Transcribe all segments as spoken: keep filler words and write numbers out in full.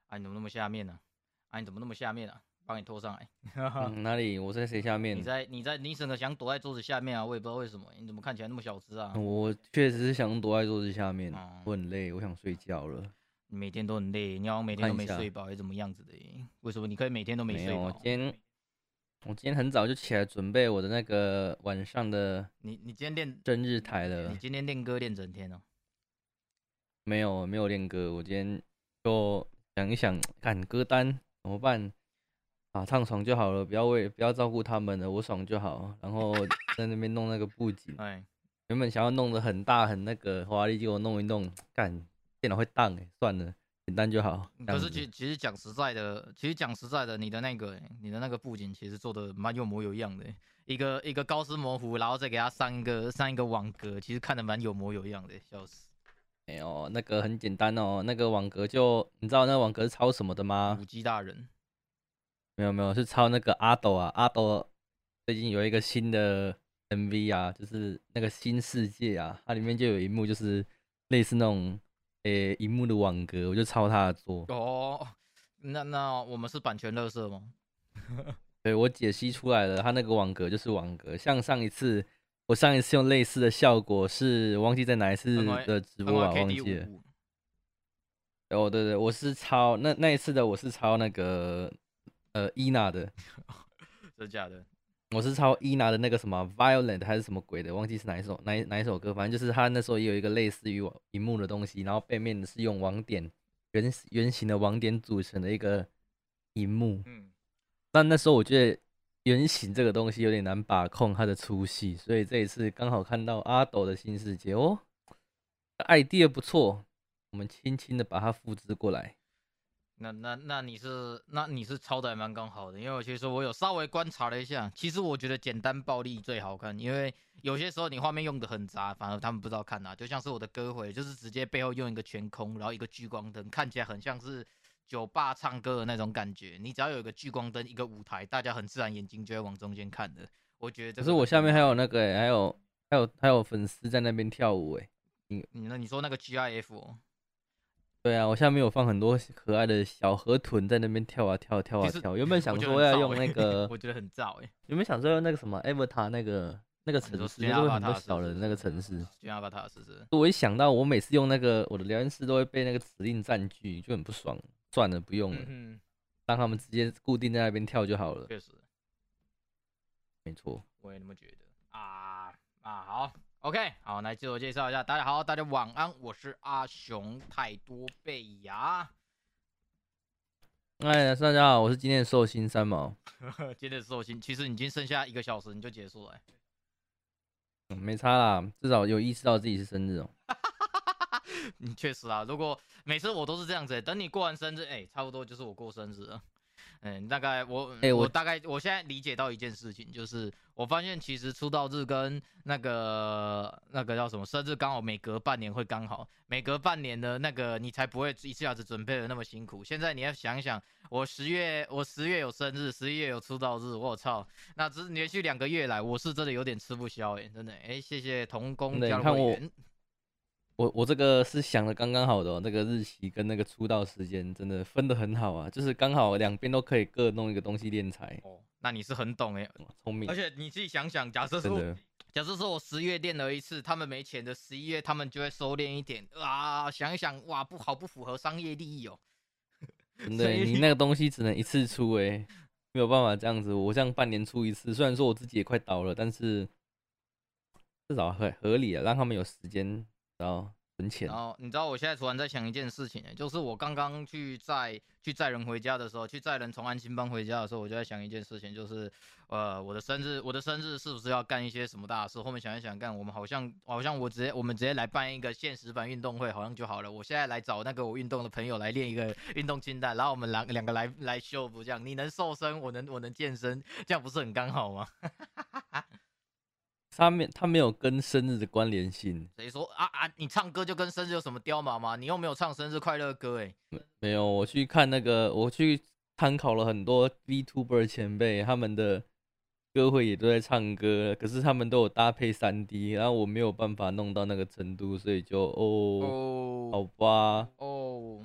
啊，你怎么那么下面呢、啊？啊，你怎么那么下面啊？帮你拖上来。 嗯，哪里？我在谁下面？ 你在你在你整个想躲在桌子下面啊？我也不知道为什么，你怎么看起来那么小只啊？ 我确实是想躲在桌子下面， 哦、 我很累，我想睡觉了。 你每天都很累，你好像每天都看一下， 没睡饱，还是怎么样子的耶？为什么你可以每天都没没有， 睡饱？ 今天我今天很早就起来准备我的那个晚上的你你今天练生日台你了。 今天练歌练整天哦。 没有，没有练歌，我今天就想一想，看歌单怎么办啊？唱爽就好了，不要为不要照顾他们了，我爽就好。然后在那边弄那个布景， 哎， 原本想要弄得很大很那个华丽，结果弄一弄，干电脑会当哎，算了，简单就好。这可是样子， 其其实讲实在的，其实讲实在的，你的那个你的那个布景其实做的蛮有模有样的，一个一个高斯模糊，然后再给它上一个上一个网格，其实看的蛮有模有样的，笑死。 没有那个很简单哦，那个网格就你知道那个网格是抄什么的吗？ 五 G 大人， 没有没有，是抄那个阿斗啊，阿斗最近有一个新的 M V 啊，就是那个新世界啊，它里面就有一幕就是类似那种诶荧幕的网格，我就抄他的做。 哦，那那我们是版权乐色吗？ 对，我解析出来了，它那个网格就是网格。像上一次，我上一次用类似的效果是忘记在哪一 N 次 Y 的直 N 播 Y 啊， K 忘 D 记了。 五， 哦，对对，我是抄那那一次的，我是抄那个呃伊娜的。 真假的？ 我是抄伊娜的那个什么 Violent 还是什么鬼的，忘记是哪一首哪一哪一首歌，反正就是他那时候也有一个类似于荧幕的东西，然后背面是用网点圆圆形的网点组成的一个荧幕。 嗯， 但那时候我觉得圆形这个东西有点难把控它的粗细，所以这一次刚好看到阿斗的新世界哦，idea 不错，我们轻轻的把它复制过来。 那那那你是那你是抄的还蛮刚好的，因为其实我有稍微观察了一下，其实我觉得简单暴力最好看，因为有些时候你画面用的很杂，反而他们不知道看哪、啊，就像是我的歌回，就是直接背后用一个全空，然后一个聚光灯，看起来很像是酒吧唱歌的那种感觉。你只要有一个聚光灯，一个舞台，大家很自然眼睛就会往中间看的。我觉得这可是我个很重要。 下面还有那个、欸，还有还有还有粉丝在那边跳舞哎、欸， 你那你说那个 G I F 哦， 对啊，我下面有放很多可爱的小河豚在那边跳啊跳跳啊其实跳。原本想我觉得说要用很燥欸， 那个， 我觉得很燥哎。 原本想说用那个什么 Avatar 那个那个你说城市， Stray 就是会很多 Avatar 是不是小人的那个城市。 ？Stray Avatar 是不是？ 我一想到我每次用那个我的聊天室都会被那个指令占据，就很不爽。算了，不用了， 嗯哼， 让他们直接固定在那边跳就好了。 确实。 没错， 我也那么觉得啊啊好，OK， 好，来自我介绍一下，大家好，大家晚安，我是阿雄太多贝牙， 哎，大家好，我是今天的寿星三毛。 今天的寿星，其实已经剩下一个小时你就结束了、欸， 嗯没差啦，至少有意识到自己是生日哦、 嗯，确实啊，如果每次我都是这样子、欸，等你过完生日，哎、欸，差不多就是我过生日了。嗯，大概我， 欸我我大概我现在理解到一件事情，就是我发现其实出道日跟那个那个叫什么生日刚好每隔半年会刚好，每隔半年的那个你才不会一下子准备的那么辛苦。现在你要想一想，我十月我十月有生日，十一月有出道日，我操，那只连续两个月来，我是真的有点吃不消哎、欸，真的哎、欸，谢谢童工加入会员。 我我这个是想的刚刚好的、哦，那个日期跟那个出道时间真的分得很好啊，就是刚好两边都可以各弄一个东西练财。 哦，那你是很懂哎、 欸，聪明。 而且你自己想想，假设说，假设说我十月练了一次，他们没钱的，十一月他们就会收敛一点啊。想一想，哇，不好不符合商业利益哦。 真的，你那个东西只能一次出哎、欸，没有办法这样子。我这样半年出一次，虽然说我自己也快倒了，但是至少合合理啊，让他们有时间。然后存钱。 然后你知道我现在突然在想一件事情、欸，就是我刚刚去载去载人回家的时候，去载人从安心班回家的时候，我就在想一件事情，就是呃我的生日，我的生日是不是要干一些什么大事？后面想一想，干我们好像好像我直接我们直接来办一个现实版运动会，好像就好了。我现在来找那个我运动的朋友来练一个运动清单，然后我们两两个来来秀不这样，你能瘦身，我能我能健身，这样不是很刚好吗？ 他没他没有跟生日的关联性。 谁说啊啊？你唱歌就跟生日有什么雕毛吗？你又没有唱生日快乐歌哎、 欸。没有，我去看那个，我去参考了很多 VTuber 前辈，他们的歌会也都在唱歌，可是他们都有搭配 三 D， 然后我没有办法弄到那个程度，所以就哦， 哦， 好吧， 哦，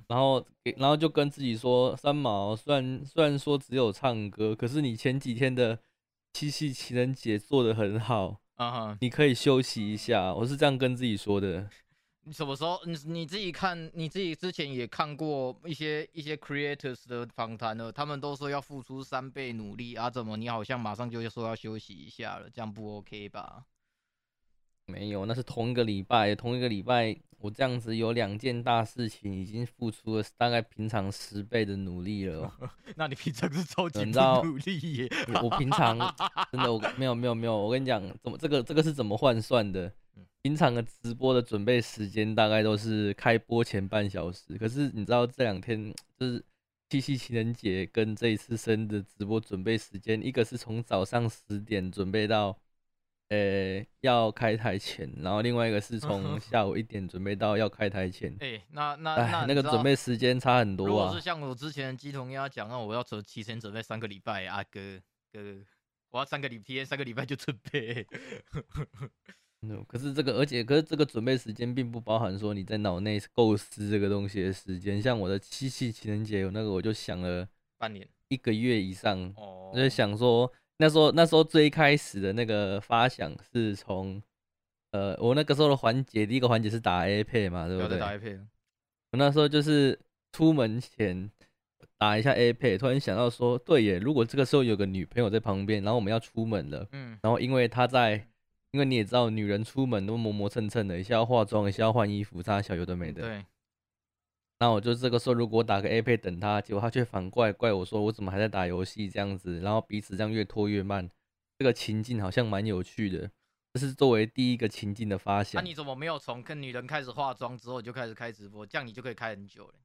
然后给然后就跟自己说，三毛虽然虽然说只有唱歌，可是你前几天的七夕情人节做得很好， 啊哈， 你可以休息一下。我是这样跟自己说的。 你什么时候？你你自己看，你自己之前也看过一些一些 creators 的访谈了，他们都说要付出三倍努力啊，怎么你好像马上就说要休息一下了，这样不 OK 吧？ 没有，那是同一个礼拜，同一个礼拜，我这样子有两件大事情，已经付出了大概平常十倍的努力了哦。 那你平常是超级不你知道努力耶？ 我平常真的我没有没有没有，我跟你讲，怎么这个这个是怎么换算的？平常的直播的准备时间大概都是开播前半小时，可是你知道这两天就是七夕情人节跟这一次生日的直播准备时间，一个是从早上十点准备到。呃，要开台前，然后另外一个是从下午一点准备到要开台前。 哎、欸，那那哎， 那那个准备时间差很多啊。 如果是像我之前鸡同鸭讲，那我要准提前准备三个礼拜啊，哥哥，我要三个礼提前三个礼拜就准备。 可是这个，而且可是这个准备时间并不包含说你在脑内构思这个东西的时间。像我的七夕情人节有那个，我就想了半年、 一个月以上， 哦， 我就想说。那时候，那时候最开始的那个发想是从，呃，我那个时候的环节，第一个环节是打 A P 嘛，对不对？ 打 A P。 我那时候就是出门前打一下 A P， 突然想到说，对耶，如果这个时候有个女朋友在旁边，然后我们要出门了，嗯，然后因为她在，因为你也知道，女人出门都磨磨蹭蹭的，一下要化妆，一下要换衣服，差小有的没的， 对。 那我就这个时候，如果打个 A P 等他，结果他却反过来怪我说我怎么还在打游戏这样子，然后彼此这样越拖越慢，这个情境好像蛮有趣的。这是作为第一个情境的发想。 那、啊、你怎么没有从跟女人开始化妆之后就开始开直播？这样你就可以开很久了。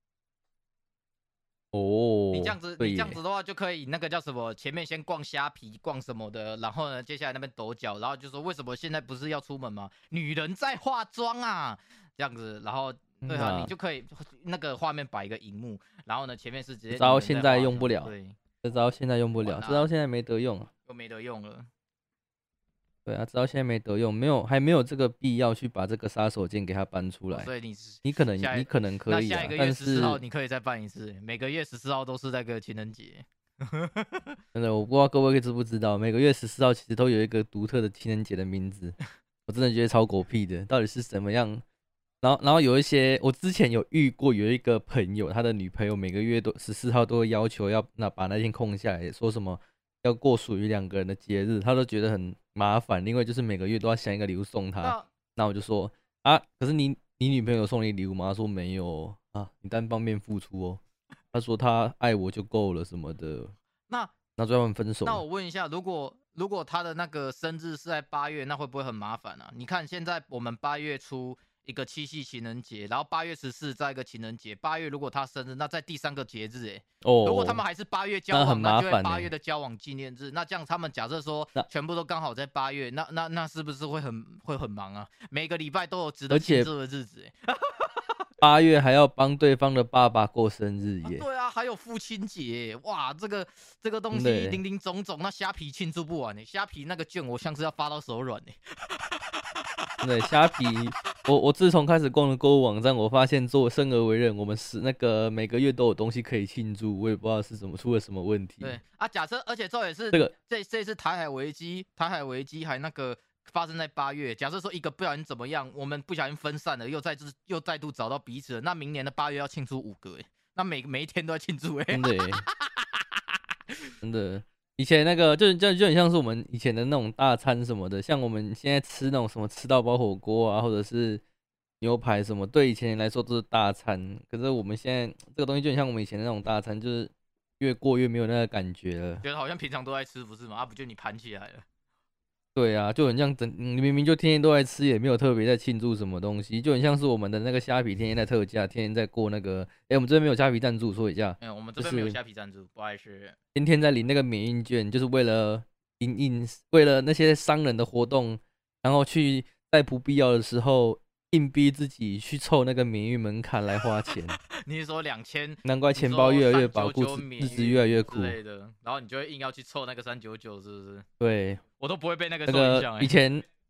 哦， 你这样子，你这样子的话就可以那个叫什么？前面先逛虾皮，逛什么的，然后呢，接下来那边抖脚，然后就说为什么现在不是要出门吗？女人在化妆啊，这样子，然后。对啊，你就可以那个画面摆一个荧幕，然后呢，前面是直接。 这招现在用不了， 对， 这招现在用不了，这招现在没得用， 又没得用了。 对啊，这招现在没得用，没有，还没有这个必要去把这个杀手锏给它搬出来。 所以你你可能你可能可以、啊， 那下一个月十四号你可以再办一次，每个月十四号都是那个情人节。 真的，我不知道各位知不知道，每个月十四号其实都有一个独特的情人节的名字，我真的觉得超狗屁的，到底是怎么样？然后，然后有一些我之前有遇过，有一个朋友，他的女朋友每个月都十四号都会要求要那把那天空下来，说什么要过属于两个人的节日，他都觉得很麻烦，因为就是每个月都要想一个礼物送他。那, 那我就说啊，可是你你女朋友送你礼物吗？他说没有啊，你单方面付出哦。他说他爱我就够了什么的。 那那最后分手。 那我问一下，如果如果他的那个生日是在八月，那会不会很麻烦啊？你看现在我们八月初。一个七夕情人节，然后八月十四再一个情人节，八月如果他生日，那在第三个节日，哎，哦，如果他们还是八月交往，那, 那就会八月的交往纪念日。那这样他们假设说全部都刚好在八月，那那那是不是会很会很忙啊？每个礼拜都有值得庆祝的日子，哎， 八月还要帮对方的爸爸过生日耶、 啊。对啊，还有父亲节，哇，这个这个东西林林总总，那虾皮庆祝不完呢。虾皮那个券我像是要发到手软呢。 对，虾皮，我我自从开始逛了购物网站，我发现做生而为人，我们是那个每个月都有东西可以庆祝，我也不知道是什么出了什么问题。 对啊，假设而且这也是这个这这次台海危机，台海危机还那个发生在八月。假设说一个不小心怎么样，我们不小心分散了，又再次又再度找到彼此了，那明年的八月要庆祝五个哎，那每每一天都在庆祝哎， 真的真的。以前那个就就就很像是我们以前的那种大餐什么的，像我们现在吃那种什么吃到饱火锅啊，或者是牛排什么，对以前人来说都是大餐。可是我们现在这个东西就很像我们以前的那种大餐，就是越过越没有那个感觉了。 觉得好像平常都在吃，不是吗？啊，不就你盘起来了？ 对啊，就很像整，你明明就天天都在吃，也没有特别在庆祝什么东西，就很像是我们的那个虾皮天天在特价，天天在过那个，哎，我们这边没有虾皮赞助，说一下， 嗯，我们这边没有虾皮赞助，不好意思， 天天在领那个免运券，就是为了因应，为了那些商人的活动，然后去在不必要的时候硬逼自己去凑那个免运门槛来花钱。 你是说两千？ 难怪钱包越来越保固，日子越来越苦之类的，然后你就会硬要去凑那个三九九，是不是？ 对。 我都不会被那个受影响、欸。 以前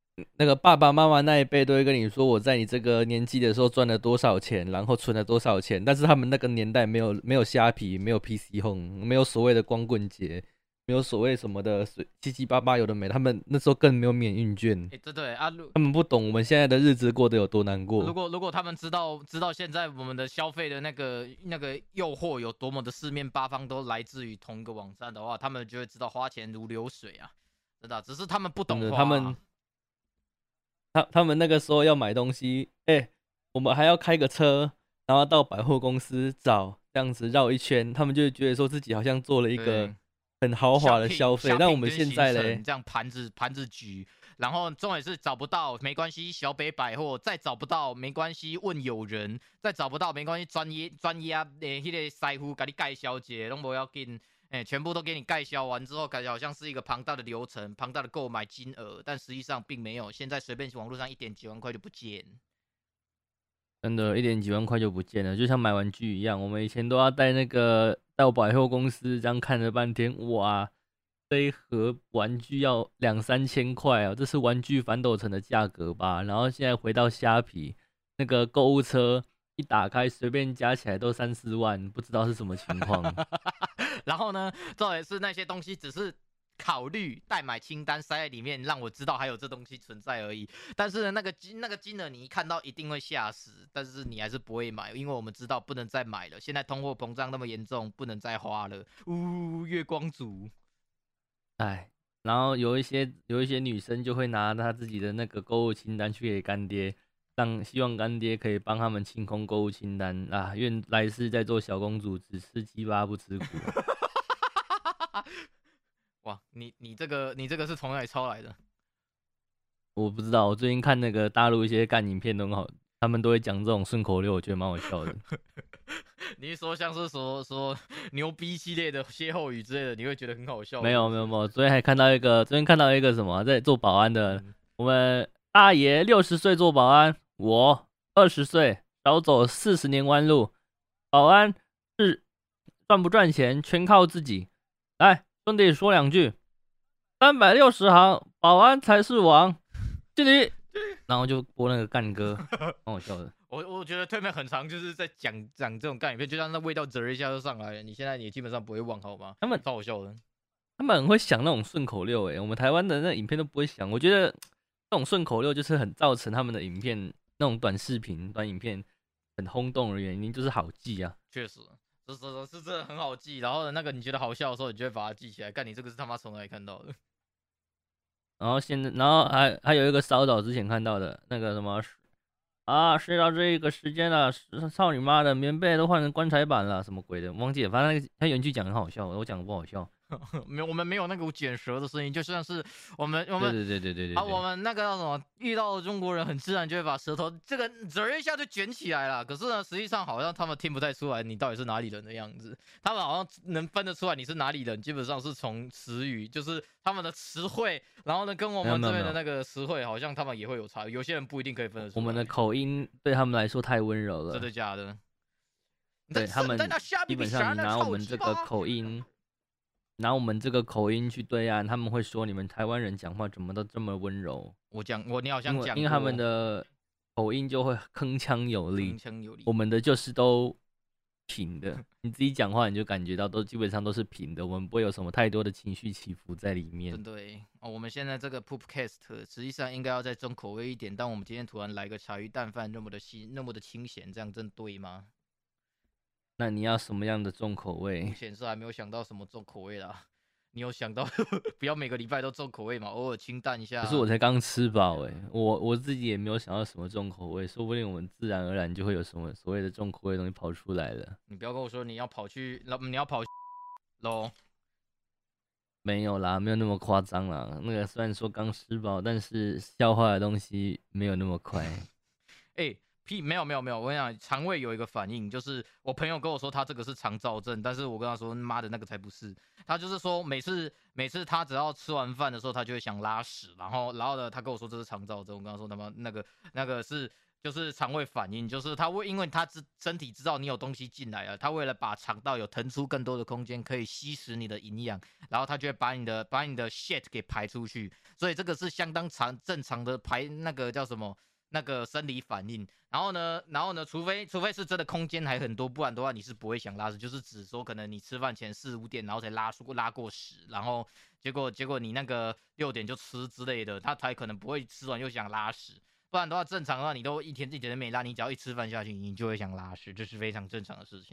那个爸爸妈妈那一辈都会跟你说，我在你这个年纪的时候赚了多少钱，然后存了多少钱。但是他们那个年代没有没有虾皮，没有 P C Home，没有所谓的光棍节，没有所谓什么的七七八八有的没的。他们那时候更没有免运券。 哎、对对啊， 他们不懂我们现在的日子过得有多难如过。 果如果他们知道知道现在我们的消费的那个那个诱惑有多么的四面八方都来自于同一个网站的话，他们就会知道花钱如流水啊，真的。只是他们不懂花、啊， 他们他他们那个时候要买东西，哎、欸，我们还要开个车，然后到百货公司找，这样子绕一圈，他们就会觉得说自己好像做了一个很豪华的消费。但我们现在嘞， 这样盘子盘子举，然后重点是找不到没关系，小北百货再找不到没关系，问友人再找不到没关系，专业专业诶，迄、那个师傅给你介绍一下，拢不要紧。哎，全部都给你盖销完之后，感觉好像是一个庞大的流程、庞大的购买金额，但实际上并没有。现在随便网络上一点几万块就不见， 真的，一点几万块就不见了，就像买玩具一样。我们以前都要带那个到百货公司，这样看了半天，哇，这一盒玩具要两三千块啊，这是玩具反斗城的价格吧？然后现在回到虾皮，那个购物车一打开，随便加起来都三四万，不知道是什么情况。 然后呢，重点是那些东西只是考虑代买清单塞在里面，让我知道还有这东西存在而已。但是呢，那个金那个金额你一看到一定会吓死，但是你还是不会买，因为我们知道不能再买了。现在通货膨胀那么严重，不能再花了。呜，月光族， 哎，然后有一些有一些女生就会拿她自己的那个购物清单去给干爹。让希望干爹可以帮他们清空购物清单啊！愿来世再做小公主，只吃鸡巴不吃苦、 啊。哇，你你这个你这个是从哪里抄来的？ 我不知道，我最近看那个大陆一些干影片都很好，他们都会讲这种顺口溜，我觉得蛮好笑的。 你说像是说说牛逼系列的歇后语之类的，你会觉得很好笑？ 没有没有没有，昨天还看到一个，昨天看到一个什么，在做保安的，嗯、我们大爷六十岁做保安。我二十岁，少走四十年弯路。保安是赚不赚钱，全靠自己。来，兄弟说两句。三百六十行，保安才是王。敬礼。然后就播那个干歌，蛮好笑的。 我我觉得对面很长，就是在讲讲这种干影片，就像那味道折一下就上来了。你现在也基本上不会忘，好吗？ 他们超好笑的。 他们很会想那种顺口溜，哎，我们台湾的那影片都不会想。我觉得这种顺口溜就是很造成他们的影片。那种短视频、短影片很轰动的原因就是好记啊， 确实，是是是真的很好记。然后呢，那个你觉得好笑的时候，你就会把它记起来。干，你这个是他妈从哪里看到的？ 然后现在，然后还还有一个骚扰之前看到的那个什么啊，睡到这个时间了，操你妈的，棉被都换成棺材板了，什么鬼的，忘记了。反正那个他原句讲很好笑，我讲的不好笑。 没有，我们没有那个卷舌的声音，就像是我们我们对对对对对对啊，我们那个叫什么，遇到中国人很自然就会把舌头这个折一下就卷起来了。可是呢，实际上好像他们听不太出来你到底是哪里人的样子，他们好像能分得出来你是哪里人，基本上是从词语，就是他们的词汇，然后呢跟我们这边的那个词汇好像他们也会有差，有些人不一定可以分得出来。 我们的口音对他们来说太温柔了， 真的假的？ 对他们基本上你拿我们这个口音。拿我们这个口音去对岸，他们会说你们台湾人讲话怎么都这么温柔。 我讲我你好像讲， 因为他们的口音就会铿锵有力， 铿锵有力。 我们的就是都平的，你自己讲话你就感觉到都基本上都是平的，我们不会有什么太多的情绪起伏在里面。 真对哦，我们现在这个 Poopcast 实际上应该要再重口味一点，但我们今天突然来个茶余蛋饭那么的新那么的清闲，这样真对吗？ 那你要什么样的重口味？ 目前是还没有想到什么重口味啦。你有想到不要每个礼拜都重口味嘛？偶尔清淡一下。 可是我才刚吃饱哎，我我自己也没有想到什么重口味，说不定我们自然而然就会有什么所谓的重口味的东西跑出来了。 你不要跟我说你要跑去，你要跑喽？ 没有啦，没有那么夸张啦。那个虽然说刚吃饱，但是消化的东西没有那么快。 哎、欸。屁没有没有没有，我跟你讲，肠胃有一个反应，就是我朋友跟我说他这个是肠燥症，但是我跟他说妈的那个才不是，他就是说每次每次他只要吃完饭的时候，他就会想拉屎，然后然后呢他跟我说这是肠燥症，我跟他说他妈那个那个是就是肠胃反应，就是它会因为它知身体知道你有东西进来了，它为了把肠道有腾出更多的空间，可以吸食你的营养，然后它就会把你的把你的 shit 给排出去，所以这个是相当常正常的排那个叫什么那个生理反应。然后呢，然后呢，除非除非是真的空间还很多，不然的话你是不会想拉屎，就是指说可能你吃饭前四五点，然后才拉出拉过屎，然后结果结果你那个六点就吃之类的，他才可能不会吃完又想拉屎。不然的话，正常的话，你都一天一点都没拉，你只要一吃饭下去，你就会想拉屎，这是非常正常的事情。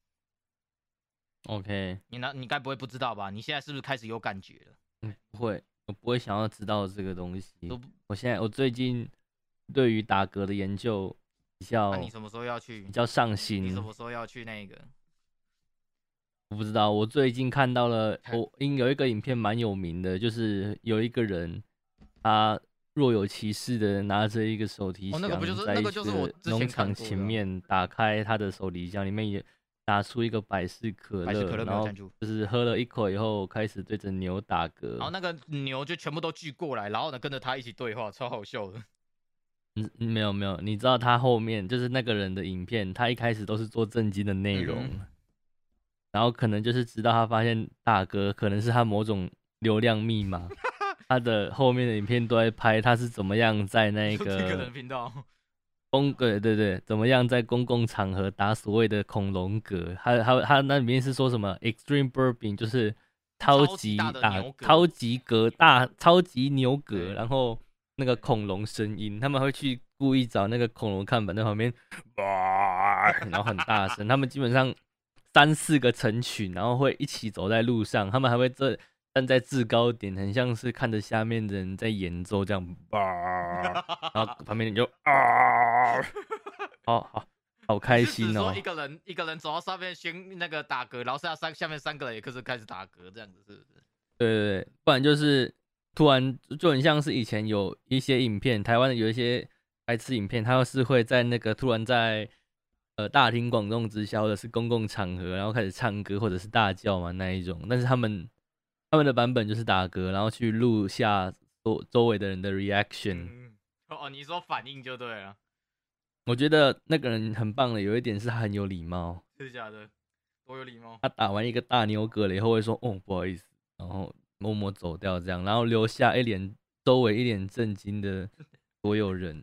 OK， 你那，你该不会不知道吧？你现在是不是开始有感觉了？ 嗯，不会，我不会想要知道这个东西。我现在我最近对于打嗝的研究比较， 那你什么时候要去？ 比较上心。 你什么时候要去那个？ 我不知道，我最近看到了，我因有一个影片蛮有名的，就是有一个人他若有其事的拿着一个手提箱， 哦，那个不就是在那个就是我之前农场前面打开他的手提箱，里面也拿出一个百事可乐，然后就是喝了一口以后开始对着牛打嗝， 然后那个牛就全部都聚过来，然后呢跟着他一起对话，超好笑的。 嗯，没有没有，你知道他后面就是那个人的影片，他一开始都是做正经的内容。嗯，然后可能就是直到他发现打嗝可能是他某种流量密码，他的后面的影片都在拍他是怎么样在那个这个人频道公对对对，怎么样在公共场合打所谓的恐龙嗝，他他他那里面是说什么 extreme burping， 就是超级打超级嗝大超级牛嗝，然后那个恐龙声音，他们会去故意找那个恐龙看板在旁边，然后很大声，他们基本上三四个成群，然后会一起走在路上，他们还会这站在制高点，很像是看着下面的人在演奏这样，然后旁边人就啊，好好好开心哦！ 一个人一个人走到上面先那个打嗝，然后下三下面三个人也开始开始打嗝，这样子是不是？ 对对对，不然就是突然就很像是以前有一些影片，台湾的有一些白痴影片，它是会在那个突然在呃大庭广众之下，或者是公共场合，然后开始唱歌或者是大叫嘛那一种，但是他们他们的版本就是打嗝，然后去录下周周围的人的 reaction。 嗯、哦，你说反应就对了。 我觉得那个人很棒的，有一点是他很有礼貌。 是假的？多有礼貌。 他打完一个大牛嗝了以后会说：“哦，不好意思。”然后默默走掉，这样，然后留下一脸周围一脸震惊的所有人。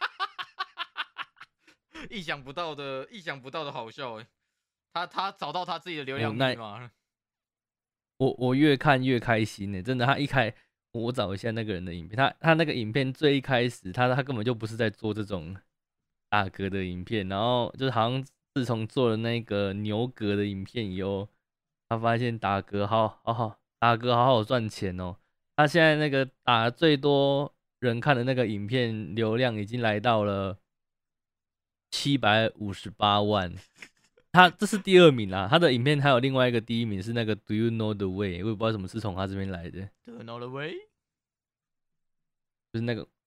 意想不到的，意想不到的好笑哎！他他找到他自己的流量密码了。 我我越看越开心呢，真的。他一开，我找一下那个人的影片，他他那个影片最一开始，他他根本就不是在做这种打嗝的影片，然后就是好像自从做了那个牛嗝的影片以后，他发现打嗝好好好，打嗝好好赚钱哦。他现在那个打最多人看的那个影片流量已经来到了七百五十八万。他这是第二名啦，他的影片还有另外一个第一名是那个 Do you know the way， 我也不知道什么是从他这边来的。 Do you know the way？ 就是那个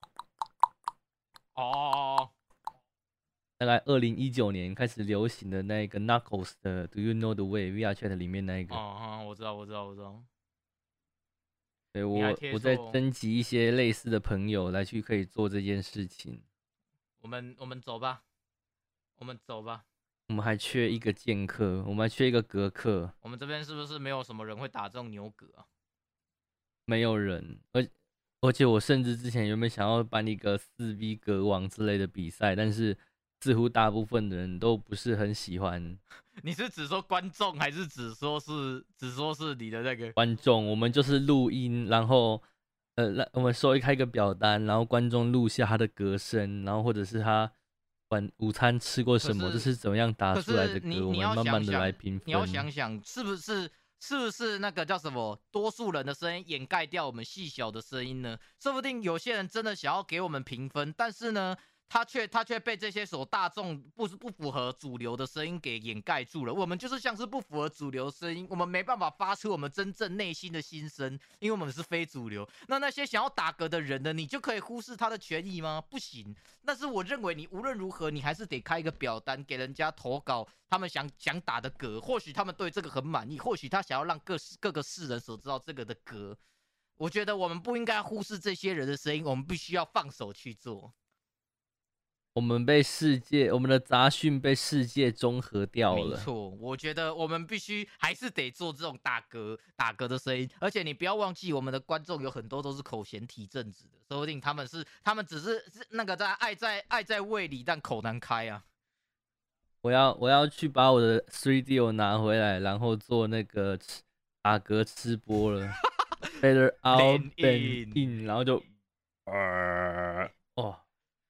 哦， 大概二零一九年开始流行的那个 Knuckles 的 Do you know the way V R Chat 里面那一个。 哦，我知道，我知道，我知道。 对，我我在征集一些类似的朋友来去可以做这件事情。 我们我们走吧，我们走吧。 我们还缺一个剑客，我们还缺一个格客。 我们这边是不是没有什么人会打这种牛嗝啊？ 没有人，而而且我甚至之前原本想要办一个四 V 格王之类的比赛，但是似乎大部分的人都不是很喜欢。 你是指说观众，还是指说是只说是你的那个观众？我们就是录音，然后呃，我们收一开一个表单，然后观众录下他的歌声，然后或者是他晚午餐吃过什么，这是怎么样打出来的歌，我们慢慢的来评分。 你要想想，是不是是不是那个叫什么多数人的声音掩盖掉我们细小的声音呢？说不定有些人真的想要给我们评分，但是呢，他却他却被这些所大众不不符合主流的声音给掩盖住了。我们就是像是不符合主流声音，我们没办法发出我们真正内心的心声，因为我们是非主流。那那些想要打嗝的人呢，你就可以忽视他的权益吗？不行。但是我认为你无论如何，你还是得开一个表单给人家投稿，他们想想打的嗝，或许他们对这个很满意，或许他想要让各各个世人所知道这个的嗝。我觉得我们不应该忽视这些人的声音，我们必须要放手去做。 我们被世界，我们的杂讯被世界中和掉了。 没错，我觉得我们必须还是得做这种打嗝、打嗝的声音，而且你不要忘记，我们的观众有很多都是口嫌体正直的，说不定他们是他们只是是那个在爱在爱在胃里，但口难开啊。 我要我要去把我的 三 D O 拿回来，然后做那个打嗝吃播了，Better out than in， 然后就，呃，哦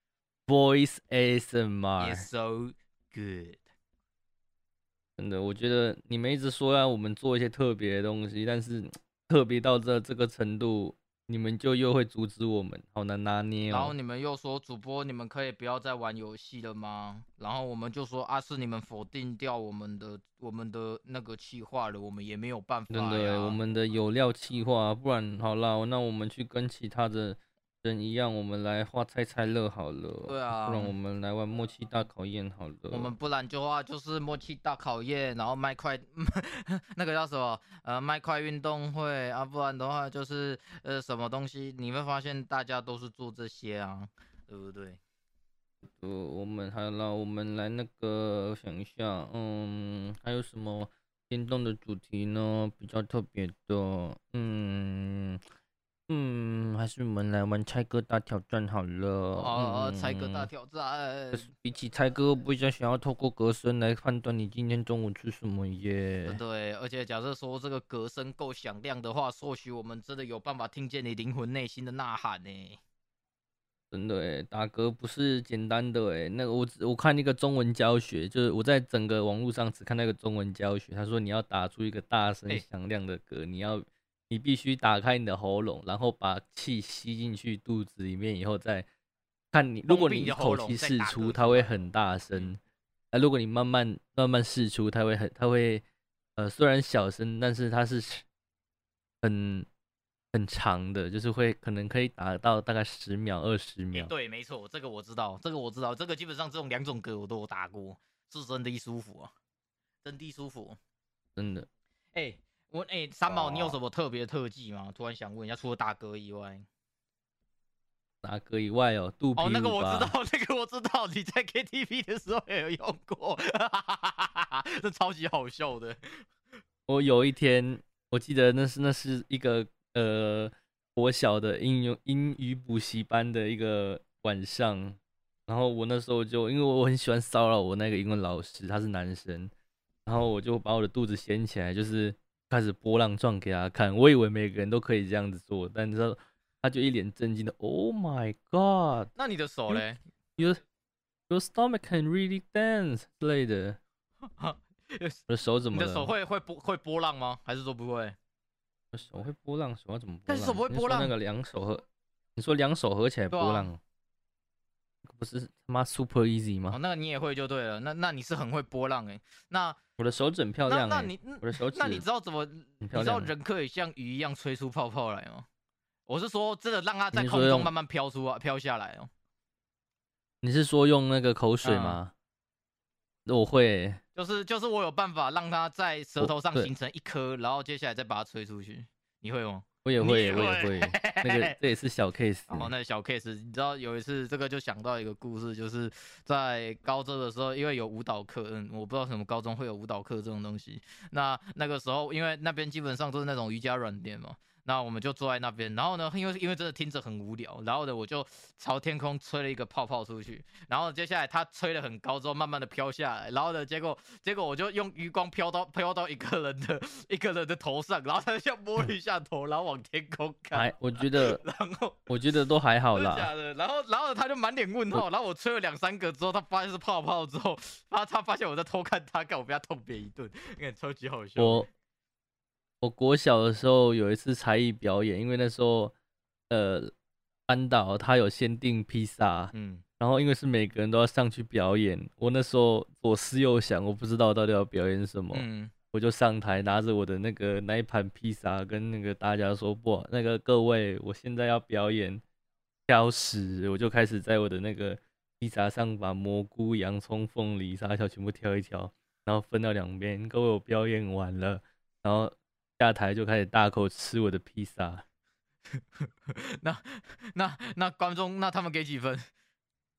，Voice A S M R， It's so good。 真的，我觉得你们一直说要我们做一些特别的东西，但是特别到这这个程度，你们就又会阻止我们，好难拿捏哦。 然后你们又说主播，你们可以不要再玩游戏了吗？然后我们就说啊，是你们否定掉我们的我们的那个企划了，我们也没有办法呀。 真的，我们的有料企划，不然好啦，那我们去跟其他的人一样，我们来画猜猜乐好了。 对啊， 不然我们来玩默契大考验好了。 我们不然的话就是默契大考验，然后麦块那个叫什么呃麦块运动会啊，不然的话就是呃什么东西，你会发现大家都是做这些啊，对不对？ 呃，我们还来，我们来那个想一下，嗯，还有什么电动的主题呢？比较特别的，嗯。嗯，还是我们来玩猜歌大挑战好了。 哦，猜歌大挑战。 可是比起猜歌，我比较想要透过歌声来判断你今天中午吃什么耶。 对，而且假设说这个歌声够响亮的话，或许我们真的有办法听见你灵魂内心的呐喊呢。 真的诶，打嗝不是简单的诶。那个我我看那个中文教学，就是我在整个网络上只看那个中文教学，他说你要打出一个大声响亮的嗝，你要。你必须打开你的喉咙，然后把气吸进去肚子里面以后再看你。如果你一口气释出，它会很大声；啊，如果你慢慢慢慢释出，它会很，它会呃虽然小声，但是它是很很长的，就是会可能可以达到大概十秒、二十秒。 对，没错，这个我知道，这个我知道，这个基本上这种两种歌我都有打过，是真的舒服啊，真的舒服， 真的。 哎、欸。我哎、欸，三毛，你有什么特别特技吗？突然想问一下，除了打嗝以外， 打嗝以外哦，肚皮舞吧。 哦，那个我知道，那个我知道，你在 K T V 的时候也有用过，这超级好笑的。 我有一天，我记得那是那是一个呃国小的英语英语补习班的一个晚上，然后我那时候就因为我很喜欢骚扰我那个英文老师，他是男生，然后我就把我的肚子掀起来，就是。开始波浪状给他看，我以为每个人都可以这样子做，但是他就一脸震惊的 ，Oh my God！ 那你的手嘞 ？Your Your stomach can really dance 之类的。我的手怎么了？ 你的手会会波会波浪吗？还是说不会？ 我手会波浪，手要怎么波浪？ 但是手不会波浪。 那个两手合，你说两手合起来波浪，啊、不是他妈 super easy 吗？ 哦，那个你也会就对了。那那你是很会波浪哎、欸。那我的手指很漂亮、欸、 那那你我的手指， 那你知道怎么？你知道人可以像鱼一样吹出泡泡来吗？我是说，真的让它在空中慢慢飘出啊，飘下来哦。 你是说用那个口水吗？嗯、我会、欸， 就是就是我有办法让它在舌头上形成一颗，然后接下来再把它吹出去。你会吗？ 我也会，我也会。那个这也是小 case。 哦，那小 case，你知道有一次这个就想到一个故事，就是在高中的时候，因为有舞蹈课，嗯，我不知道什么高中会有舞蹈课这种东西。那那个时候，因为那边基本上都是那种瑜伽软垫嘛。那我们就坐在那边，然后呢，因为因为真的听着很无聊，然后呢，我就朝天空吹了一个泡泡出去，然后接下来它吹得很高之后，慢慢的飘下来，然后呢，结果结果我就用余光飘到飘到一个人的一个人的头上，然后他就摸了一下头，然后往天空看。 还我觉得， 然后我觉得都还好啦。 真的假的？然后然后他就满脸问号，然后我吹了两三个之后，他发现是泡泡之后，他他发现我在偷看他，看我被他痛扁一顿，你看超级好笑。 我。我国小的时候有一次才艺表演，因为那时候，呃，班导他有限定披萨，嗯，然后因为是每个人都要上去表演，我那时候左思右想，我不知道到底要表演什么，嗯，我就上台拿着我的那个那一盘披萨，跟那个大家说不，那个各位，我现在要表演挑食，我就开始在我的那个披萨上把蘑菇、洋葱、凤梨、沙条全部挑一挑，然后分到两边，各位我表演完了，然后。下台就开始大口吃我的披萨， 那那那观众那他们给几分？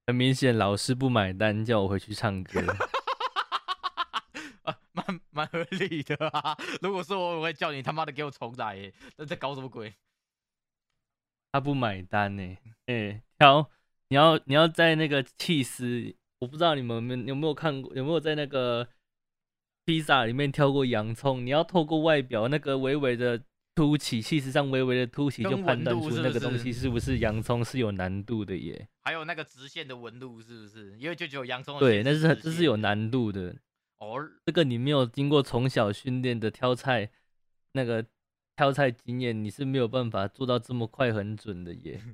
很明显老师不买单，叫我回去唱歌。 啊，蛮蛮合理的啊！如果是我，我会叫你他妈的给我重来耶！那在搞什么鬼？ 他不买单呢、欸，哎、欸，挑你要你要在那个气司，我不知道你们有没有有没有看过，有没有在那个披萨里面挑过洋葱？你要透过外表那个微微的凸起，气司上微微的凸起，就判断出那个东西是不是洋葱，是有难度的耶。 还有那个直线的纹路是不是？因为就只有洋葱的对，那是这是有难度的。 哦， 这个你没有经过从小训练的挑菜那个挑菜经验，你是没有办法做到这么快很准的耶。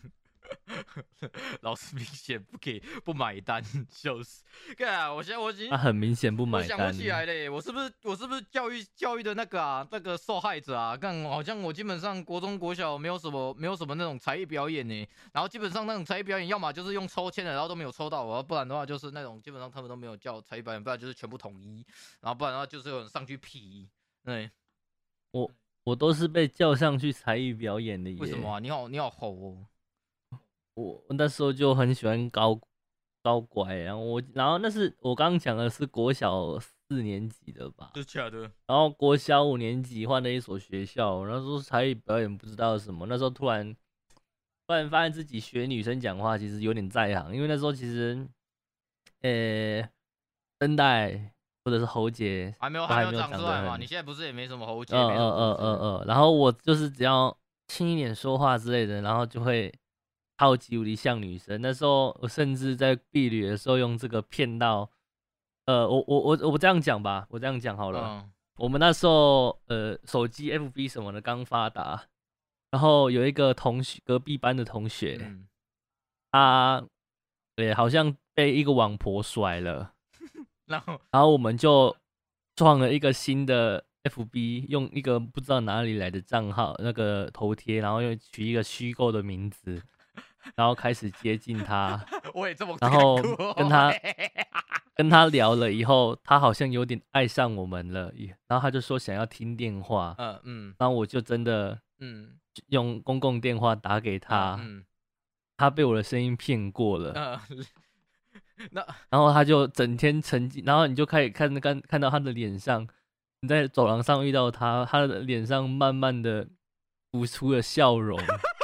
老师明显不给不买单，笑死！看啊，我现在我已经他很明显不买单， 我想不起来嘞，我是不是我是不是教育教育的那个啊那个受害者啊？看好像我基本上国中国小没有什么没有什么那种才艺表演呢，然后基本上那种才艺表演，要么就是用抽签的，然后都没有抽到我，不然的话就是那种基本上他们都没有叫才艺表演，不然就是全部统一，然后不然的话就是有人上去 P， 对， 我我都是被叫上去才艺表演的耶。 为什么啊？你好你好吼哦！ 我那时候就很喜欢高高拐，然后我，然后那是我刚刚讲的是国小四年级的吧， 真假的？ 然后国小五年级换了一所学校，那时候才艺表演不知道什么，那时候突然突然发现自己学女生讲话其实有点在行，因为那时候其实，呃，声带或者是喉结还没有还没有长出来嘛？你现在不是也没什么喉结？嗯嗯嗯嗯嗯，然后我就是只要轻一点说话之类的，然后就会超级无敌像女生。那时候我甚至在毕旅的时候用这个骗到，呃，我我我我这样讲吧，我这样讲好了。嗯、我们那时候呃手机 F B 什么的刚发达，然后有一个同学隔壁班的同学，嗯、他对好像被一个网婆甩了， 然后然后我们就创了一个新的 F B， 用一个不知道哪里来的账号那个头贴，然后又取一个虚构的名字。然后开始接近他， 我也这么， 然后跟他跟他聊了以后，他好像有点爱上我们了，然后他就说想要听电话，嗯嗯，然后我就真的嗯用公共电话打给他，嗯，他被我的声音骗过了，嗯，那然后他就整天沉浸，然后你就开始看看看到他的脸上，你在走廊上遇到他，他的脸上慢慢的浮出了笑容。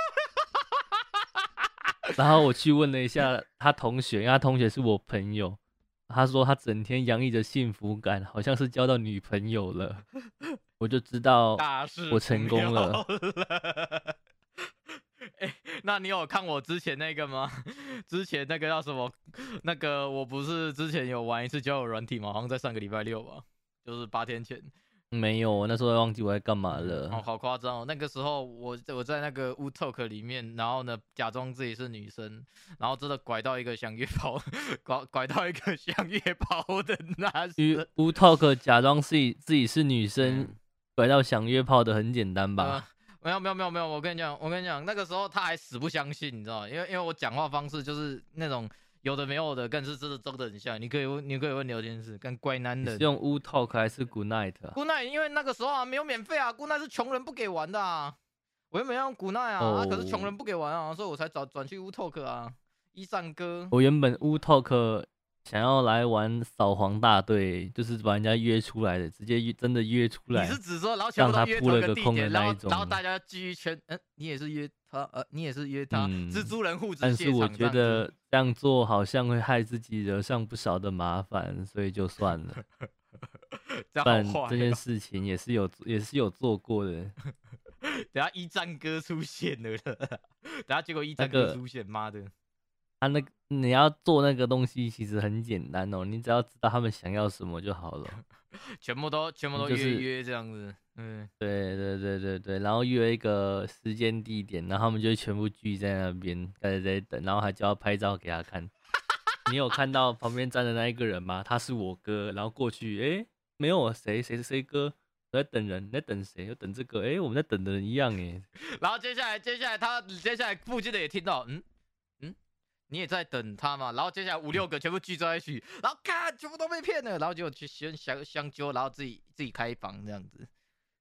然后我去问了一下他同学，因为他同学是我朋友，他说他整天洋溢着幸福感，好像是交到女朋友了。我就知道我成功了。 欸、那你有看我之前那个吗？之前那个叫什么？那个我不是之前有玩一次交友软体吗？好像在上个礼拜六吧，就是八天前。 没有，那时候忘记我在干嘛了。 哦，好夸张哦！那个时候我我在那个 U Talk 里面，然后呢假装自己是女生，然后真的拐到一个想约炮，拐拐到一个想约炮的男生。 U Talk 假装自己自己是女生，嗯、拐到想约炮的很简单吧？ 呃没有没有没有没有，我跟你讲，我跟你讲，那个时候他还死不相信，你知道吗？因为因为我讲话方式就是那种有的没有的，更是真的真的很像。你可以问，你可以问聊天室，跟乖男人。 是用 U Talk 还是 Good Night？Good Night， 因为那个时候啊没有免费啊 ，Good Night 是穷人不给玩的啊。我原本要用 Good Night 啊，哦、啊可是穷人不给玩啊，所以我才转转去 U Talk 啊。一战哥， 我原本 U Talk 想要来玩扫黄大队，就是把人家约出来的，直接约真的约出来。 你是指说，然后全部都约同一个地点， 然后然后大家聚一圈，嗯，你也是约他，呃，你也是约他，嗯、蜘蛛人护职。 但是我觉得这样做好像会害自己惹上不少的麻烦，所以就算了。但这件事情也是有也是有做过的。 等下一战哥出现了，等下结果一战哥出现，妈、那個、的。 他那个你要做那个东西其实很简单哦，你只要知道他们想要什么就好了。 全部都全部都约约这样子，嗯， 对对对对对，然后约一个时间地点，然后他们就全部聚在那边，在在等，然后还叫他拍照给他看。你有看到旁边站的那一个人吗？他是我哥，然后过去，哎，没有谁谁谁哥，我在等人，你在等谁？要等这个，哎，我们在等的人一样哎。 然后接下来接下来他接下来附近的也听到，嗯。你也在等他嘛？然后接下来五六个全部聚在一起，然后看全部都被骗了，然后就去先相相揪，然后自己自己开房这样子。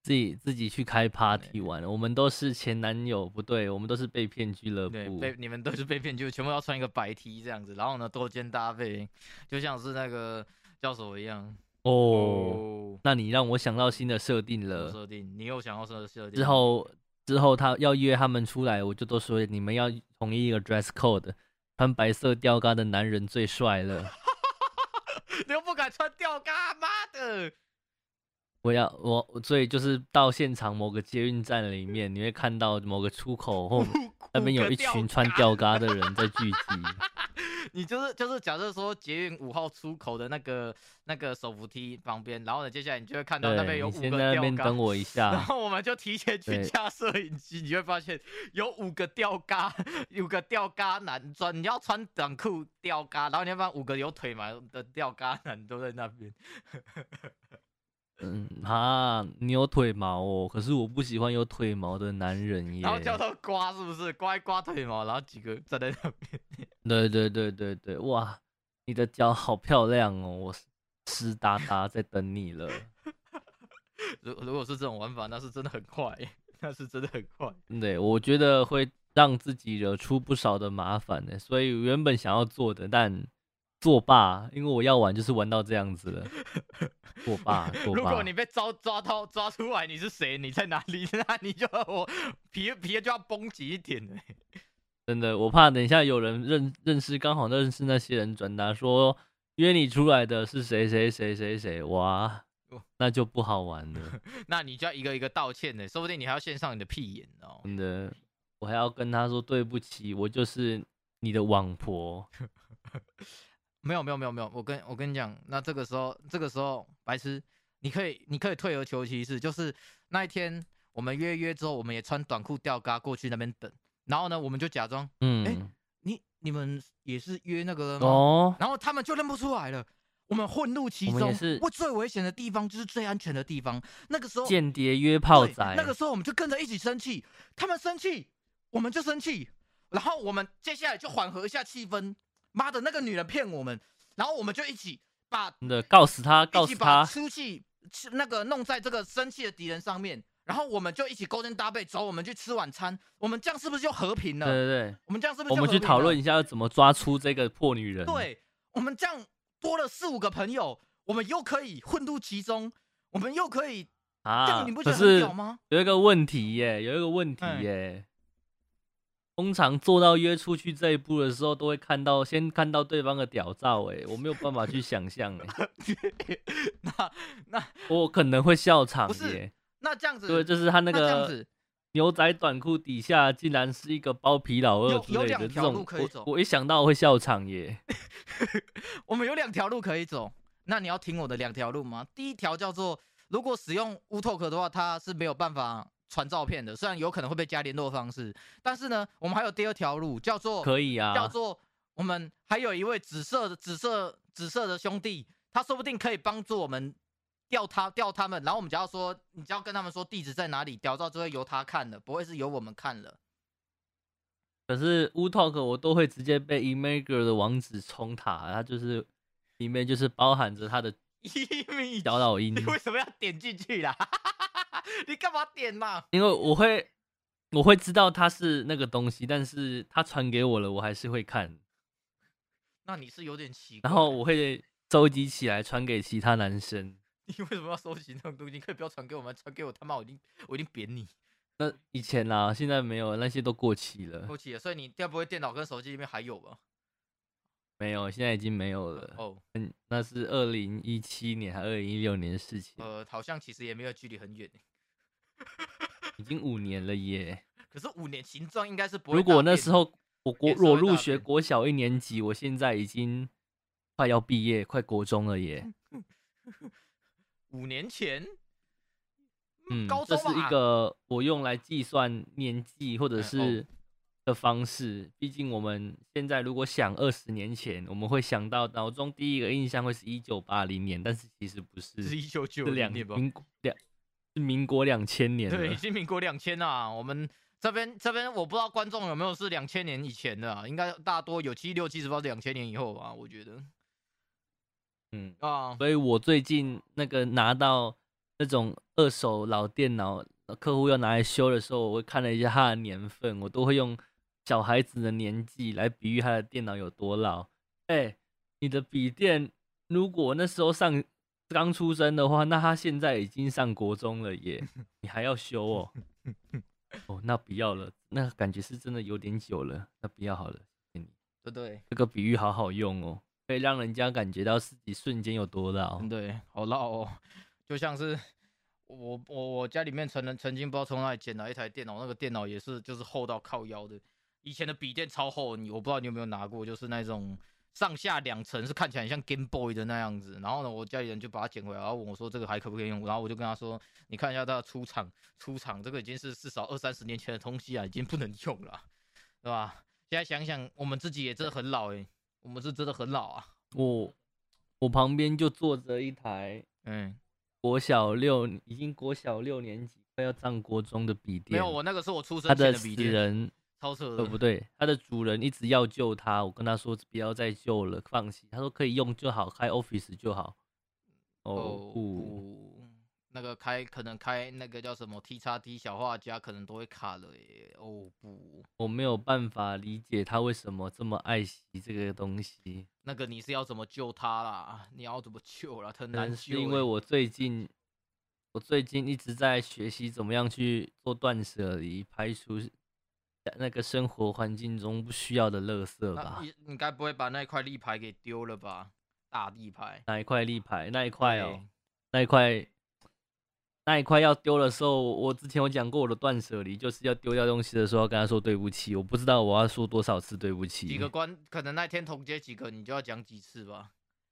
自己自己去开 party 玩，我们都是前男友，不对，我们都是被骗俱乐对， 部。 被你们都是被骗，就全部要穿一个白 T 这样子，然后呢多件搭配，就像是那个叫什么一样。 哦， 哦， 那你让我想到新的设定什么了。 设定？你又想要什么设定？ 之后之后他要约他们出来，我就都说你们要统一一个 dress code，穿白色吊嘎的男人最帅了。 你又不敢穿吊嘎，妈的！ 我要我所以就是到现场某个捷运站里面，你会看到某个出口后那边有一群穿吊嘎的人在聚集。 你就是就是假设说捷运五号出口的那个那个手扶梯旁边，然后呢，接下来你就会看到那边有五个吊嘎。 你先在那边等我一下， 然后我们就提前去架摄影机，你会发现有五个吊嘎，五个吊嘎男穿，你要穿短裤吊嘎，然后你要发现五个有腿嘛的吊嘎男都在那边。 嗯哈，你有腿毛哦，可是我不喜欢有腿毛的男人耶。 然后叫他刮是不是？刮一刮腿毛，然后几个站在那边。 对对对对对，哇，你的脚好漂亮哦，我湿哒哒在等你了。 如如果是这种玩法，那是真的很快，那是真的很快。 对，我觉得会让自己惹出不少的麻烦呢，所以原本想要做的，但作罢，因为我要玩就是玩到这样子了。作罢，作罢。 如果你被抓抓到抓出来，你是谁？你在哪里？那你就我皮皮就要绷紧一点了。 真的，我怕等一下有人认认识，刚好认识那些人转达说约你出来的是谁谁谁谁谁，哇，那就不好玩了。 那你就要一个一个道歉呢，说不定你还要献上你的屁眼哦。 真的，我还要跟他说对不起，我就是你的网婆。 没有没有没有没有，我跟我跟你讲，那这个时候这个时候白痴，你可以你可以退而求其次，就是那一天我们约约之后，我们也穿短裤吊嘎过去那边等，然后呢，我们就假装，嗯，哎，你你们也是约那个吗？哦，然后他们就认不出来了。我们混入其中，我最危险的地方就是最安全的地方。那个时候间谍约炮仔， 那个时候我们就跟着一起生气，他们生气，我们就生气，然后我们接下来就缓和一下气氛。妈的，那个女人骗我们，然后我们就一起把的告死他，告死他， 出气那个弄在这个生气的敌人上面，然后我们就一起勾肩搭背走，我们去吃晚餐，我们这样是不是就和平了？ 对对对， 我们这样是不是就我们去讨论一下要怎么抓出这个破女人？ 对，我们这样多了四五个朋友，我们又可以混入其中，我们又可以啊，这样你不觉得很屌吗？ 有一个问题耶，有一个问题耶。通常做到约出去这一步的时候，都会看到先看到对方的屌照，哎，我没有办法去想象，哎， 那那我可能会笑场， 不是？那这样子， 对，就是他那个牛仔短裤底下竟然是一个包皮老二之类的，这种我我一想到会笑场耶。 我们有两条路可以走，那你要听我的两条路吗？第一条叫做，如果使用WooTalk的话，它是没有办法传照片的，虽然有可能会被加联络方式，但是呢，我们还有第二条路，叫做可以啊， 叫做我们还有一位紫色的紫色紫色的兄弟，他说不定可以帮助我们调他调他们，然后我们只要说，你只要跟他们说地址在哪里，屌照就会由他看了，不会是由我们看了。 可是 WooTalk 我都会直接被 Emager 的网址冲塔，它就是里面就是包含着他的小老鹰， 你为什么要点进去啦？你干嘛点嘛？ 因为我会，我会知道他是那个东西，但是他传给我了，我还是会看。 那你是有点奇怪。 然后我会收集起来传给其他男生。 你为什么要收集那种东西？你可以不要传给我们，传给我他妈，我一定我一定扁你。 那以前啦，现在没有，那些都过期了。 过期了，所以你该不会电脑跟手机里面还有吧？ 没有，现在已经没有了。哦，嗯，那是二零一七年还二零一六年的事情。 呃，好像其实也没有距离很远。 已经五年了耶。 可是五年形状应该是不会。 如果那时候我国我入學國小一年級，我現在已經快要畢業，快國中了耶。 五年前， 嗯， 高中吧， 這是一個我用來計算年紀或者是的方式。畢竟我們現在如果想二十年前，我們會想到腦中第一個印象會是一九八零年，但是其實不是， 是一九九零年吧？ 民兩是民國兩千年。 對，已經民國兩千啊，我們。這邊這邊我不知道觀眾有沒有是兩千年以前的啊，應該大多有七六七十，不知道兩千年以後吧，我覺得。 嗯啊，所以我最近那個拿到那那种二手老电脑，客户要拿来修的时候，我会看了一下它的年份，我都会用小孩子的年纪来比喻他的电脑有多老。哎、欸，你的笔电如果那时候上刚出生的话，那他现在已经上国中了耶，你还要修哦？哦，那不要了，那感觉是真的有点久了，那不要好了，谢谢你。 对对， 这个比喻好好用哦，可以让人家感觉到自己瞬间有多老。 对，好老哦，就像是我我我家里面曾人曾经不知道从哪里捡来一台电脑，那个电脑也是就是厚到靠腰的。以前的笔电超厚，你我不知道你有没有拿过，就是那种上下两层是看起来很像 Game Boy 的那样子。然后呢，我家里人就把它捡回来，然后问我说这个还可不可以用？然后我就跟他说，你看一下它的出厂出厂，这个已经是至少二三十年前的东西啊，已经不能用了，对吧？现在想想，我们自己也真的很老哎、欸，我们是真的很老啊。 我我旁边就坐着一台，嗯，国小六已经国小六年级快要上国中的笔电。 没有，我那个是我出生前的笔电。 他的死人超扯的， 对不对？他的主人一直要救他，我跟他说不要再救了，放弃。他说可以用就好，开 Office 就好。哦不， 那个开可能开那个叫什么 T X T 小画家，可能都会卡了耶。哦不， 我没有办法理解他为什么这么爱惜这个东西。 那个你是要怎么救他啦？你要怎么救啦？很难救。 是因为我最近，我最近一直在学习怎么样去做断舍离，排除那个生活环境中不需要的垃圾吧。 你你该不会把那一块立牌给丢了吧？大立牌？ 哪一块立牌？那一块哦，那一块，那一块要丢的时候，我之前有讲过我的断舍离，就是要丢掉东西的时候要跟他说对不起。我不知道我要说多少次对不起。 几个关？可能那天同接几个，你就要讲几次吧。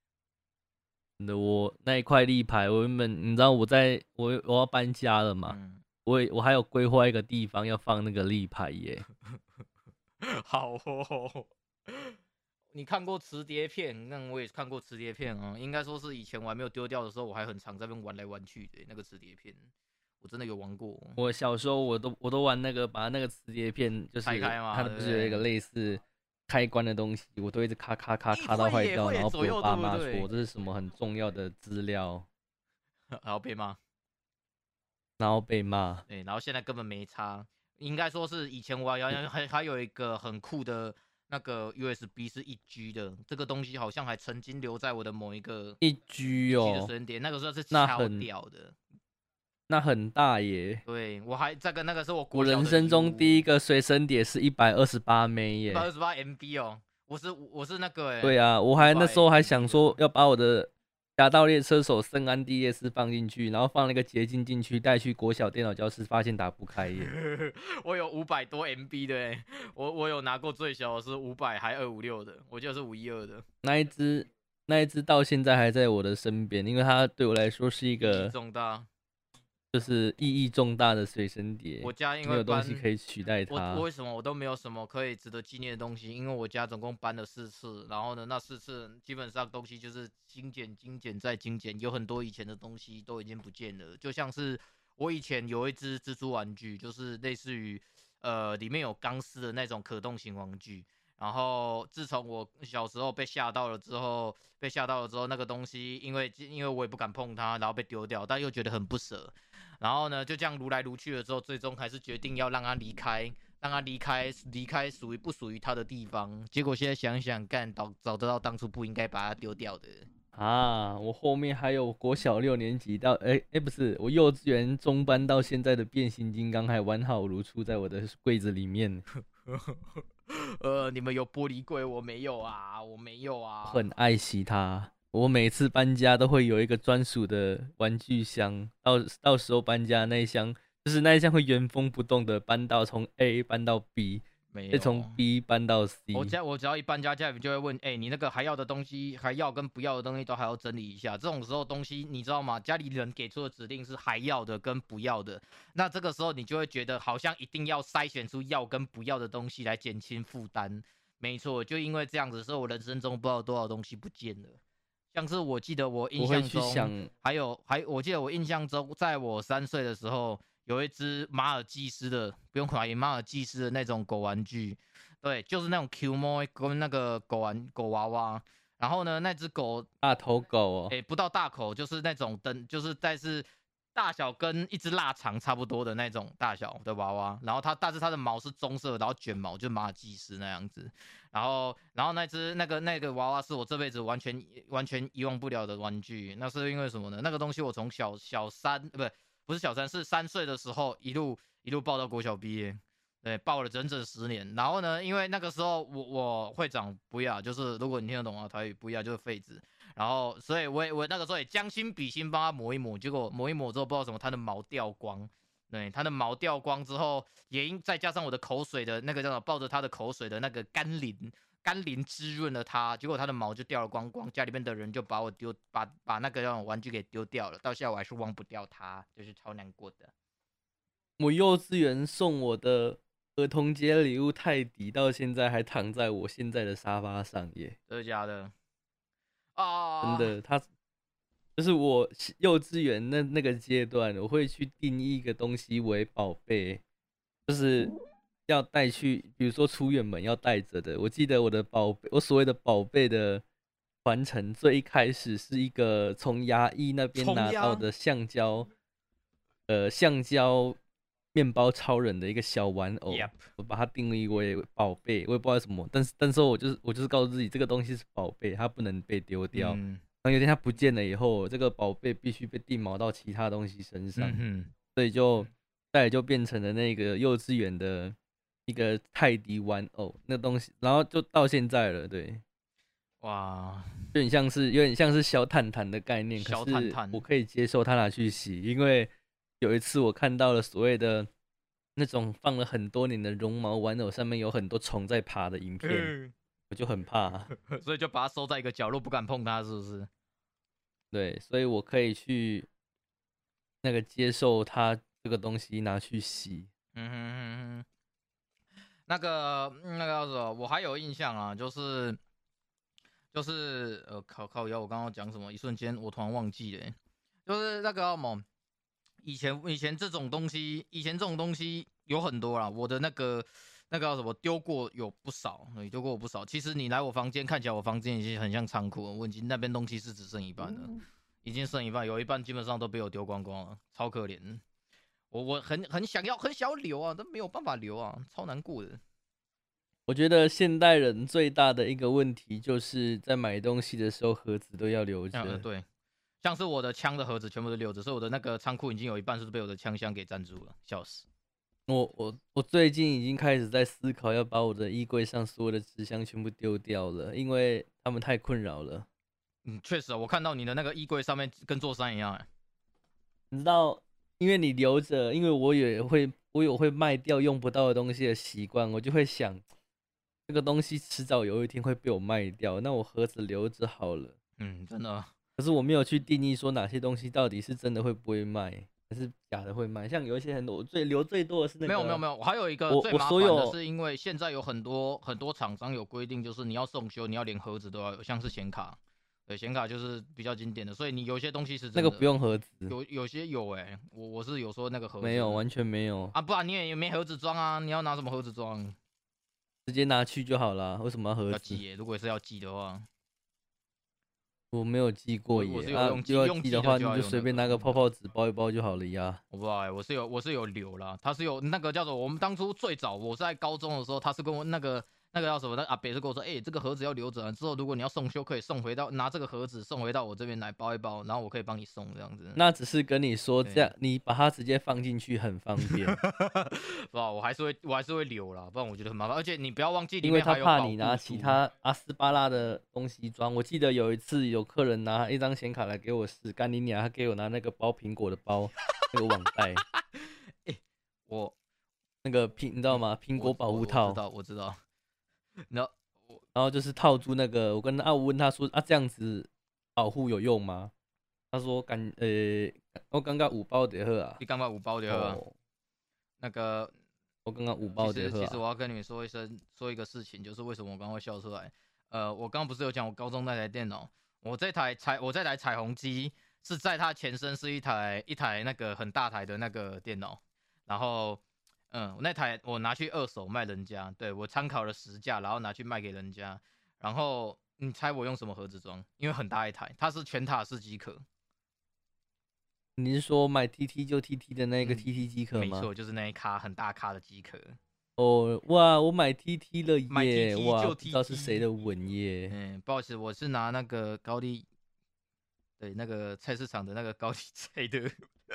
我那一块立牌，我原本你知道我在我我要搬家了嘛。嗯，我我还有规划一个地方要放那个立牌耶。 好哦，你看过磁碟片？那我也看过磁碟片啊。应该说是以前我还没有丢掉的时候，我还很常在那边玩来玩去的。那个磁碟片，我真的有玩过。 我小时候我都我都玩那个，把那个磁碟片就是拆开嘛， 它不是有一个类似开关的东西，我都一直咔咔咔咔到坏掉，然后被我爸妈说这是什么很重要的资料， 然后被骂。 然后被骂， 对，然后现在根本没差。应该说是以前我还还还有一个很酷的那个 U S B 是一 G 的，这个东西好像还曾经留在我的某一个一 G 哦的时间点，那个时候是超屌的， 那很大耶。 对，我还这个那个是我我人生中第一个随身碟是一百二十八 M 耶， 一百二十八 M B 哦，我是我是那个哎， 对啊，我还那时候还想说要把我的侠盗猎车手圣安地列斯放进去，然后放了一个结晶进去，带去国小电脑教室，发现打不开耶。 我有五百多 M B 的哎，我我有拿过最小的是五百还二五六的，我记得是五一二的。 那一只那一只到现在还在我的身边，因为它对我来说是一个重大， 就是意义重大的随身碟。 我家因为没有东西可以取代它。 我为什么我都没有什么可以值得纪念的东西？因为我家总共搬了四次，然后呢，那四次基本上东西就是精简、精简再精简，有很多以前的东西都已经不见了。就像是我以前有一只蜘蛛玩具，就是类似于呃里面有钢丝的那种可动型玩具。然后自从我小时候被吓到了之后，被吓到了之后，那个东西因为因为我也不敢碰它，然后被丢掉，但又觉得很不舍。然后呢，就这样撸来撸去了之后，最终还是决定要让他离开，让他离开，离开属于不属于他的地方。结果现在想想，干早早知道当初不应该把它丢掉的啊！我后面还有国小六年级到，哎哎不是，我幼稚园中班到现在的变形金刚还完好如初在我的柜子里面。 呃，你们有玻璃柜，我没有啊，我没有啊。 很爱惜它。我每次搬家都会有一个专属的玩具箱，到到时候搬家那一箱，就是那一箱会原封不动的搬到从 A 搬到 B， 再从 B 搬到 C。 我家我只要一搬家，家里就会问，哎、欸，你那个还要的东西，还要跟不要的东西都还要整理一下。这种时候东西你知道吗？家里人给出的指令是还要的跟不要的，那这个时候你就会觉得好像一定要筛选出要跟不要的东西来减轻负担。没错，就因为这样子，所以我人生中不知道多少东西不见了。像是我记得我印象中，还有还我记得我印象中，在我三岁的时候，有一只马尔济斯的，不用怀疑，马尔济斯的那种狗玩具，对，就是那种 Q 猫跟那个狗玩狗娃娃。然后呢，那只狗大头狗哦， 哎、欸，不到大口，就是那种灯，就是但是大小跟一只腊肠差不多的那种大小的娃娃，然后它但是它的毛是棕色，然后卷毛就马尔济斯那样子，然后然后那只那个那个娃娃是我这辈子完全完全遗忘不了的玩具，那是因为什么呢？那个东西我从小小三不是不是小三是三岁的时候一路一路抱到国小毕业。对，抱了整整十年。然后呢，因为那个时候我我会长不要，就是如果你听得懂啊，台语不要就是废纸。然后，所以我也我那个时候也将心比心，帮他抹一抹。结果抹一抹之后，不知道什么，他的毛掉光。对，他的毛掉光之后，也因再加上我的口水的那个叫什么，抱着他的口水的那个甘霖，甘霖滋润了他，结果他的毛就掉了光光。家里面的人就把我丢，把把那个玩具给丢掉了。到现在我还是忘不掉他，就是超难过的。 我幼稚园送我的儿童节礼物泰迪，到现在还躺在我现在的沙发上耶。 真的假的？啊， 真的，它就是我幼稚园那那个阶段，我会去定义一个东西为宝贝，就是要带去，比如说出远门要带着的。我记得我的宝贝，我所谓的宝贝的传承，最一开始是一个从牙医那边拿到的橡胶，呃，橡胶面包超人的一个小玩偶。 Yep. 我把它定义为宝贝，我也不知道为什么，但是但是我就是我就是告诉自己，这个东西是宝贝，它不能被丢掉。 嗯， 然后有一天它不见了以后，这个宝贝必须被定锚到其他东西身上， 嗯所以就再来就变成了那个幼稚园的一个泰迪玩偶那东西，然后就到现在了，对， 哇， 有点像是有点像是小坦坦的概念， 小可是坦坦我可以接受它拿去洗，因为有一次我看到了所谓的那种放了很多年的绒毛玩偶，上面有很多虫在爬的影片， 嗯我就很怕， 所以就把它收在一个角落，不敢碰它，是不是？ 对，所以我可以去那个接受它这个东西拿去洗。 嗯哼哼哼，那个那个叫什么？我还有印象啊，就是就是呃，靠靠腰，我刚刚讲什么？一瞬间我突然忘记了欸，就是那个叫什么？以前以前这种东西，以前这种东西有很多啦。我的那个那个叫什么丢过有不少，对，丢过我不少。其实你来我房间，看起来我房间已经很像仓库了，我已经那边东西是只剩一半了，已经剩一半，有一半基本上都被我丢光光了，超可怜。我我很很想要很想要留啊，但没有办法留啊，超难过的。 我觉得现代人最大的一个问题，就是在买东西的时候盒子都要留着。 嗯，对，像是我的枪的盒子全部都留着，所以我的那个仓库已经有一半是被我的枪箱给占住了，笑死。 我我我最近已经开始在思考要把我的衣柜上所有的纸箱全部丢掉了，因为他们太困扰了。 嗯，确实、啊，我看到你的那个衣柜上面跟座山一样、欸， 你知道，因为你留着，因为我也会我有会卖掉用不到的东西的习惯，我就会想，这个东西迟早有一天会被我卖掉，那我盒子留着好了。 嗯，真的。 可是我没有去定义说哪些东西到底是真的会不会卖，还是假的会卖。像有一些很多，我最留最多的是那个。 没有没有没有，我还有一个我最麻烦我所有的是，因为现在有很多很多厂商有规定，就是你要送修，你要连盒子都要有，像是显卡，对，显卡就是比较经典的，所以你有些东西是真的那个不用盒子， 有有些有哎、欸，我我是有说那个盒子没有，完全没有啊，不然你也没盒子装啊，你要拿什么盒子装？ 直接拿去就好了，为什么要盒子？ 要寄耶、欸，如果是要寄的话， 我没有寄过耶， 我是有啊， 用寄用就要寄的话， 寄的就要你就随便用那个拿个泡泡纸包一包就好了呀。 我不知道哎、欸，我是有我是有留啦，他是有那个叫做我们当初最早我在高中的时候，他是跟我那个那个叫什么，那阿北是跟我说，哎、欸，这个盒子要留着、啊，之后如果你要送修，可以送回到拿这个盒子送回到我这边来包一包，然后我可以帮你送这样子。 那只是跟你说对这样，你把它直接放进去很方便， 不，我还是会我还是会留啦，不然我觉得很麻烦。而且你不要忘记里因为他面还有保怕你拿护书其他阿斯巴拉的东西装。我记得有一次有客人拿一张显卡来给我试，干你娘，他给我拿那个包苹果的包，那个网袋， 欸、我那个苹你知道吗？苹果保护套， 我知道我知道。然后然后就是套住那个，我跟啊我问他说啊这样子保护有用吗？他说感呃、我刚刚五包的喝啊， 你刚刚五包的喝、啊哦， 那个我刚刚五包其实的喝啊。 其实我要跟你们说一声，说一个事情，就是为什么我刚刚会笑出来。呃，我刚刚不是有讲我高中那台电脑，我这台彩我这台彩虹机是在它前身是一台一台那个很大台的那个电脑，然后嗯，那台我拿去二手卖人家，对，我参考了实价，然后拿去卖给人家，然后你猜我用什么盒子装？因为很大一台，它是全塔式机壳。 你是说买 T T 就 T T 的那个嗯 T T 机壳吗？ 没错，就是那一咖很大咖的机壳。 哦，哇，我买 T T 了买耶！ T T 哇， 就不知道是谁 T T。 的吻耶。 嗯，不好意思，我是拿那个高丽，对，那个菜市场的那个高丽菜的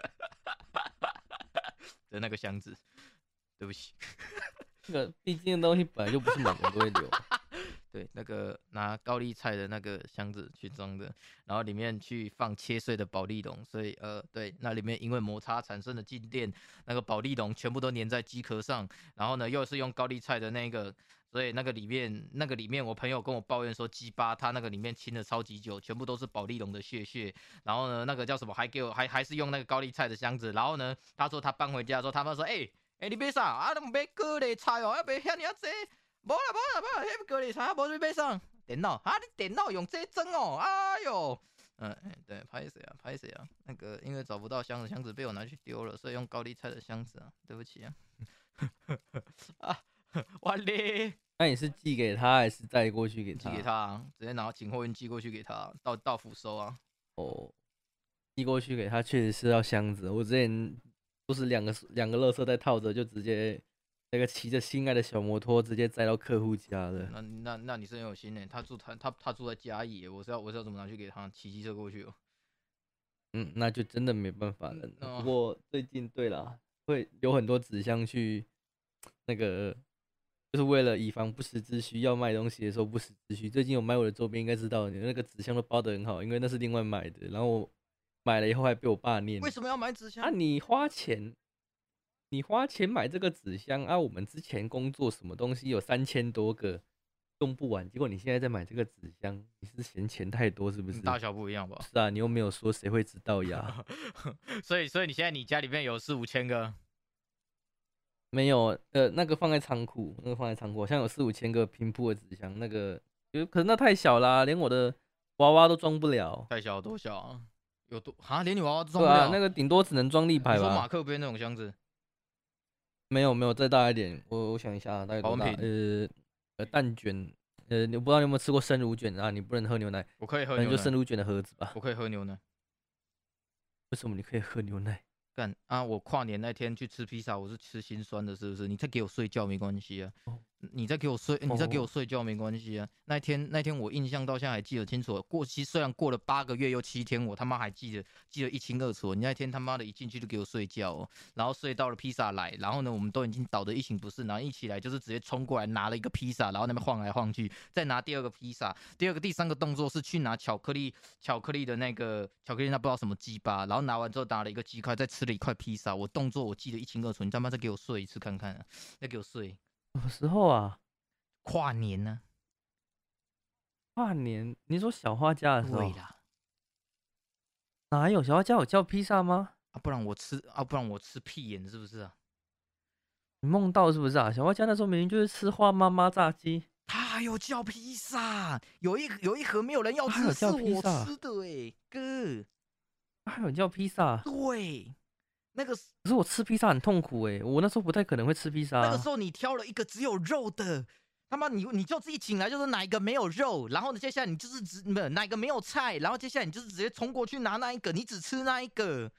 的那个箱子，对不起。 那个毕竟的东西本来就不是每个人都会留。 对，那个拿高丽菜的那个箱子去装的，然后里面去放切碎的保利龙，所以呃，对，那里面因为摩擦产生的静电，那个保利龙全部都粘在机壳上，然后呢又是用高丽菜的那个，所以那个里面那个里面，我朋友跟我抱怨说，鸡巴他那个里面清了超级久，全部都是保利龙的屑屑，然后呢那个叫什么，还给我还还是用那个高丽菜的箱子，然后呢他说他搬回家的时候，他妈说，哎、欸、哎、欸、你买啥啊？你买高丽菜哦，要买遐尔济。无啦无啦无啦，迄个你查无你买啥电脑啊？你电脑用这装哦？哎呦，嗯、呃，对，拍谁啊？拍谁啊？那个因为找不到箱子，箱子被我拿去丢了，所以用高丽菜的箱子啊，对不起啊。啊，完嘞！ 那你是寄给他还是带过去给他？ 寄给他、啊，直接拿请货运寄过去给他，到到府收啊。 哦，寄过去给他确实是要箱子，我之前都是两个两个垃圾袋套着，就直接。那个骑着心爱的小摩托直接载到客户家的， 那那那你是很有心呢。他住他他他住在嘉义，我是要我是要怎么拿去给他骑机车过去哦？ 嗯，那就真的没办法了。 嗯、 不过最近对啦，会有很多纸箱去那个，就是为了以防不时之需，要卖东西的时候不时之需。最近有买我的周边，应该知道，那个纸箱都包得很好，因为那是另外买的。然后我买了以后还被我爸念， 为什么要买纸箱？ 啊，你花钱。你花钱买这个纸箱啊？我们之前工作什么东西有三千多个，用不完。结果你现在在买这个纸箱，你是嫌钱太多是不是？ 大小不一样吧？ 是啊，你又没有说谁会知道呀。 所以，所以你现在你家里面有四五千个？ 没有，呃，那个放在仓库，那个放在仓库，好像有四五千个平铺的纸箱，那个，可是那太小啦，连我的娃娃都装不了。 太小多小啊？有多啊？连你娃娃都装不了？ 对啊，那个顶多只能装立牌吧。 你说马克杯那种箱子？ 没有没有，再大一点，我我想一下，大概多大？呃呃，蛋卷，呃，你不知道你有没有吃过生乳卷啊？你不能喝牛奶， 我可以喝牛奶， 就生乳卷的盒子吧。 我可以喝牛奶。 为什么你可以喝牛奶？ 干啊！我跨年那天去吃披萨，我是吃心酸的，是不是？你再给我睡觉没关系啊，哦、你再给我睡，你再给我睡觉没关系啊。那天那天我印象到现在还记得清楚，过期虽然过了八个月又七天，我他妈还记得记得一清二楚。你那天他妈的一进去就给我睡觉哦，然后睡到了披萨来，然后呢我们都已经倒得一醒不是，然后一起来就是直接冲过来拿了一个披萨，然后那边晃来晃去，再拿第二个披萨，第二个第三个动作是去拿巧克力巧克力的那个巧克力那不知道什么鸡巴，然后拿完之后拿了一个鸡块，再吃了一块披萨，我动作我记得一清二楚，你他妈再给我睡一次看看啊，再给我睡。 什么时候啊？ 跨年呢、 啊？跨年？你说小花家的时候？ 对啦。 哪有小花家有叫披萨吗？ 啊，不然我吃啊，不然我吃屁眼是不是啊？ 你梦到是不是啊？小花家那时候明明就是吃花妈妈炸鸡， 他还有叫披萨，有一有一盒没有人要吃，是我吃的哎、欸，哥。 还有叫披萨？ 对，那个可是我吃披萨很痛苦哎、欸，我那时候不太可能会吃披萨、啊。 那个时候你挑了一个只有肉的，他妈你你就自己请来，就是哪一个没有肉，然后呢接下来你就是只没哪一个没有菜，然后接下来你就是直接冲过去拿那一个，你只吃那一个。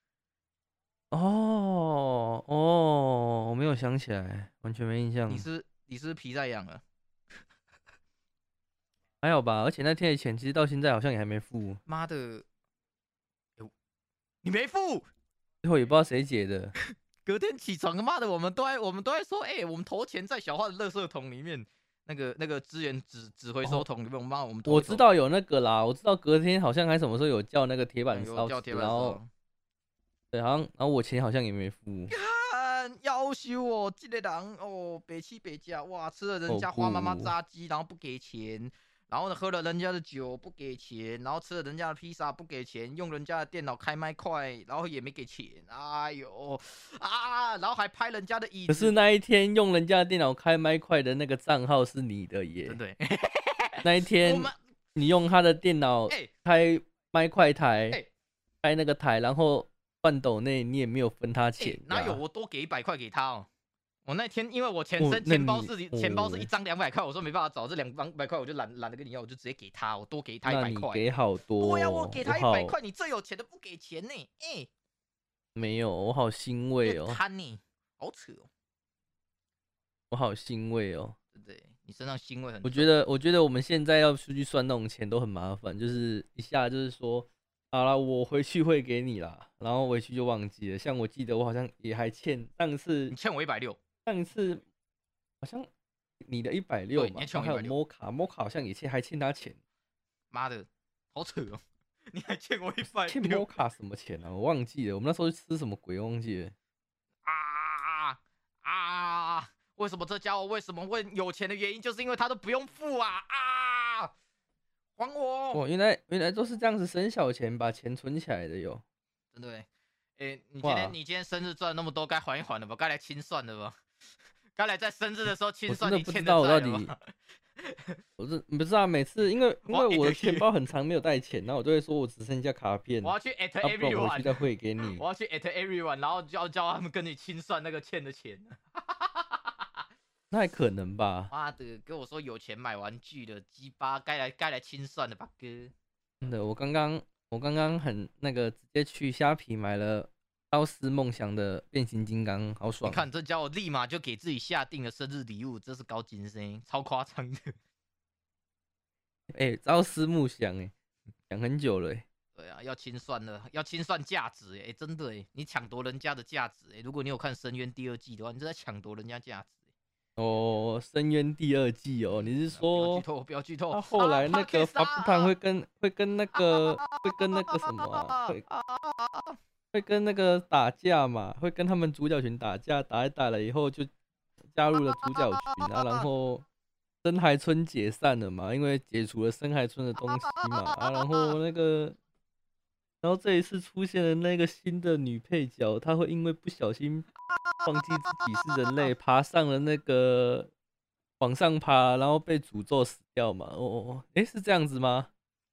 哦哦，我没有想起来，完全没印象。 你是你是皮在痒了？ 还好吧，而且那天的钱其实到现在好像也还没付。 妈的！你没付， 最后也不知道谁解的。 隔天起床，妈的，我们都在我们都在说，哎、欸，我们投钱在小花的垃圾桶里面，那个那个资源纸纸回收桶里面，我妈我们投投我知道有那个啦，我知道隔天好像还什么时候有叫那个铁板烧，然后对，好像然后我钱好像也没付。 看，夭寿哦，这个人哦，白吃白驾，哇，吃了人家花妈妈炸鸡，然后不给钱。然后呢，喝了人家的酒不给钱，然后吃了人家的披萨不给钱，用人家的电脑开麦块，然后也没给钱，哎呦啊！然后还拍人家的椅子。 可是那一天用人家的电脑开麦块的那个账号是你的耶， 真的。 那一天你用他的电脑开麦块台，欸、开那个台，然后换斗内你也没有分他钱、欸， 哪有我多给一百块给他哦？ 我那天因为我钱身钱包是钱包是一张两百块，我说没办法找这两两百块，我就懒懒得跟你要，我就直接给他，我多给他一百块。 给好多。 对呀，我给他一百块，你最有钱的不给钱呢？哎， 没有，我好欣慰哦。 贪呢，好扯哦。 我好欣慰哦。 对对，你身上欣慰很。 我觉得，我觉得我们现在要出去算那种钱都很麻烦，就是一下就是说。好了，我回去会给你啦，然后回去就忘记了。像我记得我好像也还欠上次， 你欠我一百六， 上次好像你的一百六嘛， 还有摩卡，摩卡好像也欠还欠他钱。 妈的，好扯哦！你还欠我一百六？ 欠摩卡什么钱啊？我忘记了，我们那时候去吃什么鬼忘记了。 啊啊！为什么这家伙为什么问有钱的原因，就是因为他都不用付啊啊！还我！ 哦，原来原来都是这样子省小钱把钱存起来的哟。 真的，哎、欸，你今天你今天生日赚那么多，该还一还了吧？该来清算了吧？该来在生日的时候清算你欠的债了吧？ 我是不知道，每次因为因为我的钱包很长没有带钱，然后我就会说我只剩下卡片。 我要去 at everyone， 回去再汇给你。 我要去 at everyone， 然后就要叫他们跟你清算那个欠的钱。 那还可能吧？ 妈的，跟我说有钱买玩具的鸡巴，该来该来清算的吧，哥。 真的，我刚刚我刚刚很那个，直接去虾皮买了朝思梦想的变形金刚，好爽！ 你看这家伙立马就给自己下定了生日礼物，这是高精深，超夸张的。 哎、欸，朝思暮想哎，想很久了哎。 对啊，要清算了，要清算价值哎、欸，真的哎，你抢夺人家的价值哎。如果你有看《深渊》第二季的话，你是在抢夺人家价值。 哦，深渊第二季哦，你是说不要剧透，不要剧透。 他后来那个发布汤会跟会跟那个会跟那个什么啊，会会跟那个打架嘛，会跟他们主角群打架，打一打了以后就加入了主角群啊，然后深海村解散了嘛，因为解除了深海村的东西嘛，啊，然后那个，然后这一次出现了那个新的女配角，她会因为不小心。忘记自己是人类，爬上了那个往上爬，然后被诅咒死掉嘛？哦，哎，是这样子吗？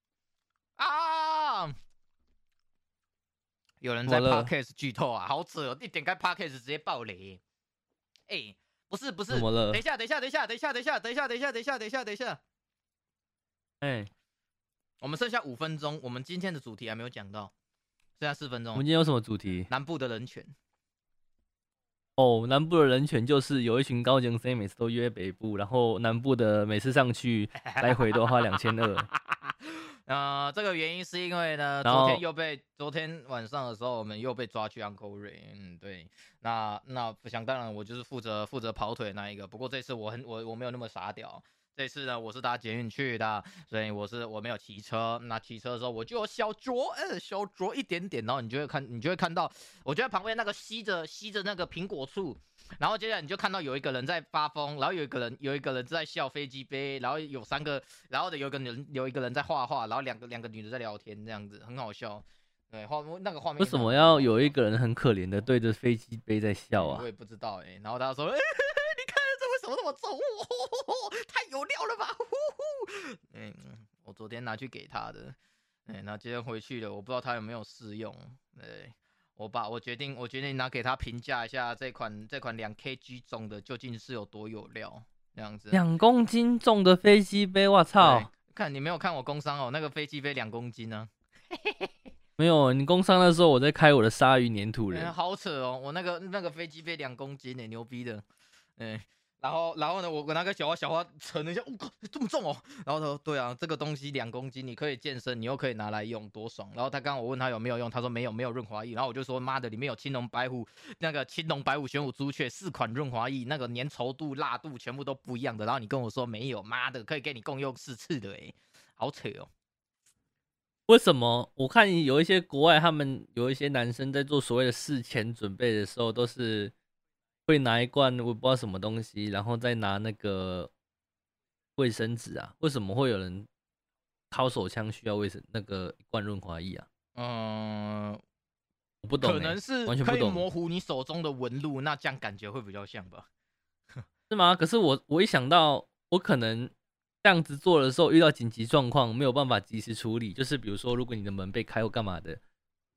啊！有人在 Podcast 剧透啊，好扯哦！一点开 Podcast 直接爆雷。哎、欸，不是不是，等一下等一下等一下等一下等一下等一下等一下等一下等一下等一下。哎、欸，我们剩下五分钟，我们今天的主题还没有讲到，剩下四分钟。 我们今天有什么主题？ 南部的人权。 哦，南部的人权就是有一群高中生每次都约北部，然后南部的每次上去来回都花两千二。 呃，这个原因是因为呢，昨天又被昨天晚上的时候，我们又被抓去 Uncle Ray。嗯，对，那那想当然我就是负责负责跑腿那一个，不过这次我很我我没有那么傻屌。这次呢，我是搭捷运去的，所以我是我没有骑车。那骑车的时候，我就有小酌，呃，小酌一点点，然后你就会看，你就会看到，我就在旁边那个吸着吸着那个苹果醋，然后接着你就看到有一个人在发疯，然后有一个人有一个人在笑飞机杯，然后有三个，然后的有一个人有一个人在画画，然后两个两个女的在聊天，这样子很好笑。对，画那个画面。 为什么要有一个人很可怜的对着飞机杯在笑啊？ 我也不知道哎、欸。然后他说：“哎、欸，你看这为什么那么重？哦、太有料了吧！”嗯，我昨天拿去给他的，哎，那今天回去了，我不知道他有没有试用。对，我把我决定，我决定拿给他评价一下这款这款两 K G 重的究竟是有多有料，这样子。 两公斤重的飞机杯，我操！ 看你没有看我工商哦，那个飞机杯两公斤呢、啊。 没有，你工商的时候我在开我的鲨鱼粘土人、 欸，好扯哦！我那个那个飞机杯两公斤呢，牛逼的，嗯、欸，然后然后呢，我我那个小花小花称了一下，我、哦、靠，这么重哦！然后他说，对啊，这个东西两公斤，你可以健身，你又可以拿来用，多爽！然后他刚刚我问他有没有用，他说没有，没有润滑液。然后我就说，妈的，里面有青龙白虎那个青龙白虎玄武朱雀四款润滑液，那个粘稠度、辣度全部都不一样的。然后你跟我说没有，妈的，可以给你共用四次的，哎，好扯哦！ 为什么我看有一些国外，他们有一些男生在做所谓的事前准备的时候，都是会拿一罐我不知道什么东西，然后再拿那个卫生纸啊？为什么会有人掏手枪需要卫生那个一罐润滑液啊？ 嗯， 我不懂、欸， 可能是完全不懂， 可以模糊你手中的纹路，那这样感觉会比较像吧？ 是吗？可是我我一想到我可能。这样子做的时候，遇到紧急状况没有办法及时处理，就是比如说，如果你的门被开或干嘛的，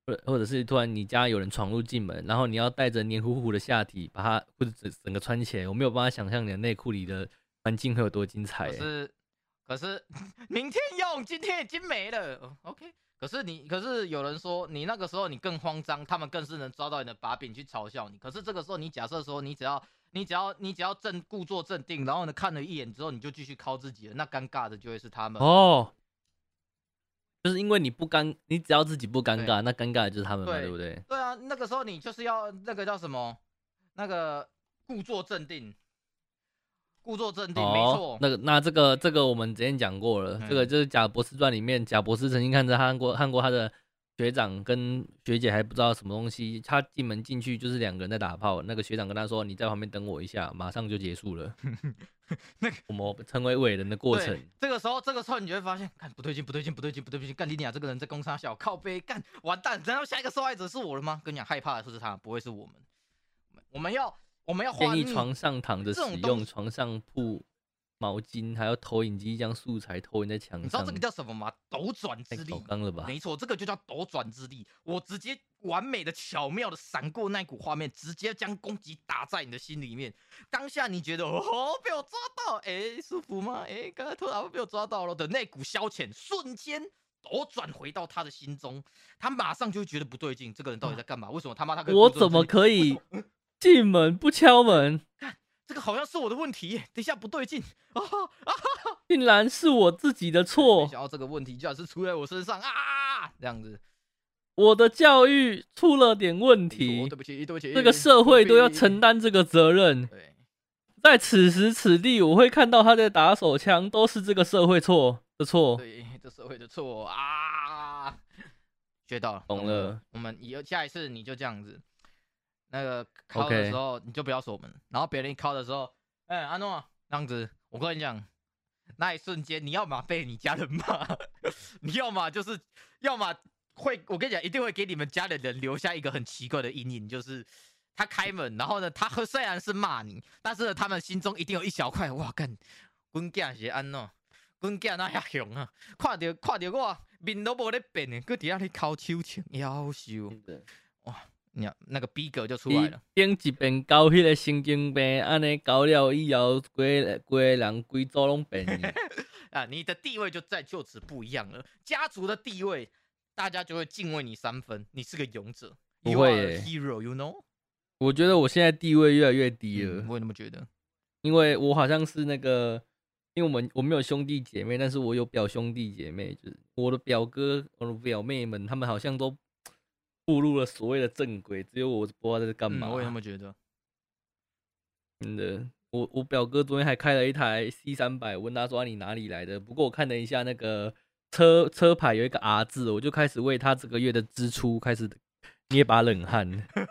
或者或者是突然你家有人闯入进门，然后你要带着黏糊糊的下体把它或者整整个穿起来，我没有办法想象你的内裤里的环境会有多精彩、欸。 可是可是明天用，今天已经没了。哦、OK， 可是你可是有人说你那个时候你更慌张，他们更是能抓到你的把柄去嘲笑你。可是这个时候你假设说你只要你只要你只要正故作镇定，然后呢看了一眼之后你就继续靠自己了，那尴尬的就会是他们哦。就是因为你不尴，你只要自己不尴尬，那尴尬的就是他们嘛， 对, 对不对？ 对啊，那个时候你就是要那个叫什么，那个故作镇定，故作镇定，哦、没错。 那个，那这个这个我们之前讲过了，嗯、这个就是《贾博士传》里面，贾博士曾经看着看过看过他的学长跟学姐还不知道什么东西，他进门进去就是两个人在打炮，那个学长跟他说：“你在旁边等我一下，马上就结束了。”那个我们成为伟人的过程， 这个时候，这个时候你就会发现，看不对劲，不对劲，不对劲，不对劲，干你俩这个人在攻杀小靠背，干完蛋，然后下一个受害者是我了吗？跟你讲，害怕的就是他，不会是我们。我们要，我们要建议床上躺着使用，床上铺毛巾，还有投影机将素材投影在墙上。 你知道这个叫什么吗？斗转之力。 刚了吧？ 没错，这个就叫斗转之力。我直接完美的、巧妙的闪过那股画面，直接将攻击打在你的心里面。当下你觉得哦，被我抓到，哎，舒服吗？哎，刚才突然被我抓到了的那股消遣，瞬间斗转回到他的心中，他马上就会觉得不对劲，这个人到底在干嘛？为什么他妈他我怎么可以进门不敲门？ 看这个好像是我的问题，等一下不对劲啊啊！ 竟然是我自己的错， 没想到这个问题居然是出在我身上啊！这样子。 我的教育出了点问题， 对不起，对不起， 这个社会都要承担这个责任。 对， 在此时此地，我会看到他在打手枪，都是这个社会错的错。 对，这社会的错啊！学到了， 懂了。 我们以后下一次你就这样子，那个敲的时候你就不要锁门，然后别人一敲的时候，哎、欸，阿诺，这样子，我跟你讲。那一瞬间，你要么被你家人骂，你要么就是，要么会，我跟你讲，一定会给你们家的人留下一个很奇怪的阴影，就是他开门，然后呢，他虽然是骂你，但是呢，他们心中一定有一小块，哇，干，阮囝是安怎，阮囝哪遐凶啊？看到看到我面都无咧变的，搁底下咧抠手枪，夭寿，哇！你看那个逼格就出来了。 顶一遍交迄个神经病，安尼交了以后，规规人规组拢变啊，你的地位就在就此不一样了。家族的地位，大家就会敬畏你三分。你是个勇者， 不会耶 ，hero， you know？ 我觉得我现在地位越来越低了。 嗯、我也那么觉得， 因为我好像是那个，因为我们我没有兄弟姐妹，但是我有表兄弟姐妹，就是我的表哥、我的表妹们，他们好像都步入了所谓的正轨，只有我不知道在干嘛、 嗯。我也那么觉得。 真的，我我表哥昨天还开了一台 C 三百，我问他说、啊、你哪里来的？不过我看了一下那个车车牌有一个 R 字，我就开始为他这个月的支出开始捏把冷汗。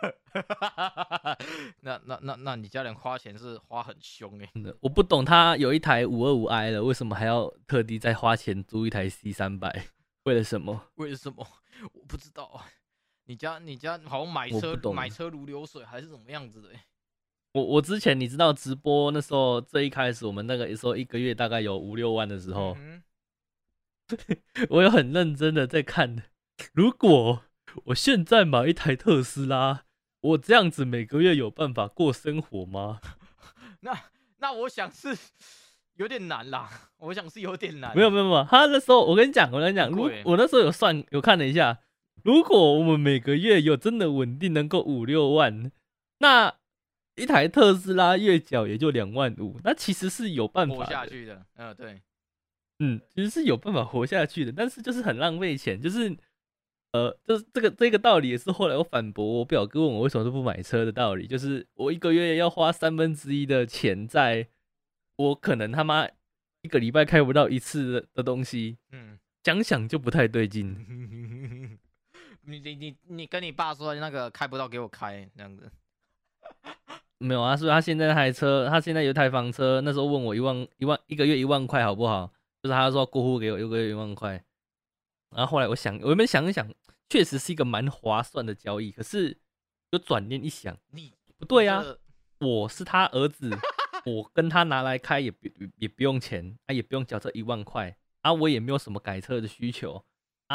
那那那那你家人花钱是花很凶哎、 欸，我不懂他有一台五二五 i 了，为什么还要特地再花钱租一台 C 三百？为了什么？ 为了什么？我不知道啊。你家你家好像买车买车如流水还是怎么样子的、欸？ 我我之前你知道直播那时候最一开始我们那个时候一个月大概有五六万的时候，嗯、我有很认真的在看，如果我现在买一台特斯拉，我这样子每个月有办法过生活吗？ 那那我想是有点难啦，我想是有点难。 没有没有没有，他那时候我跟你讲，我跟你讲，如我那时候有算有看了一下。如果我们每个月有真的稳定能够五六万，那一台特斯拉月缴也就两万五，那其实是有办法活下去的。嗯，对， 嗯，其实是有办法活下去的，但是就是很浪费钱，就是呃，就是这个这个道理也是后来我反驳我表哥问我为什么都不买车的道理，就是我一个月要花三分之一的钱在我可能他妈一个礼拜开不到一次 的, 的东西，嗯，想想就不太对劲。 你你你你跟你爸说那个开不到给我开这样子， 没有啊，所以他现在那台车，他现在有一台房车，那时候问我一万一万一个月一万块好不好？就是他说过户给我一个月一万块，然后后来我想，我原本想一想，确实是一个蛮划算的交易，可是有转念一想， 你不对啊，我是他儿子，我跟他拿来开也不也不用钱，啊也不用缴这一万块，啊我也没有什么改车的需求，啊。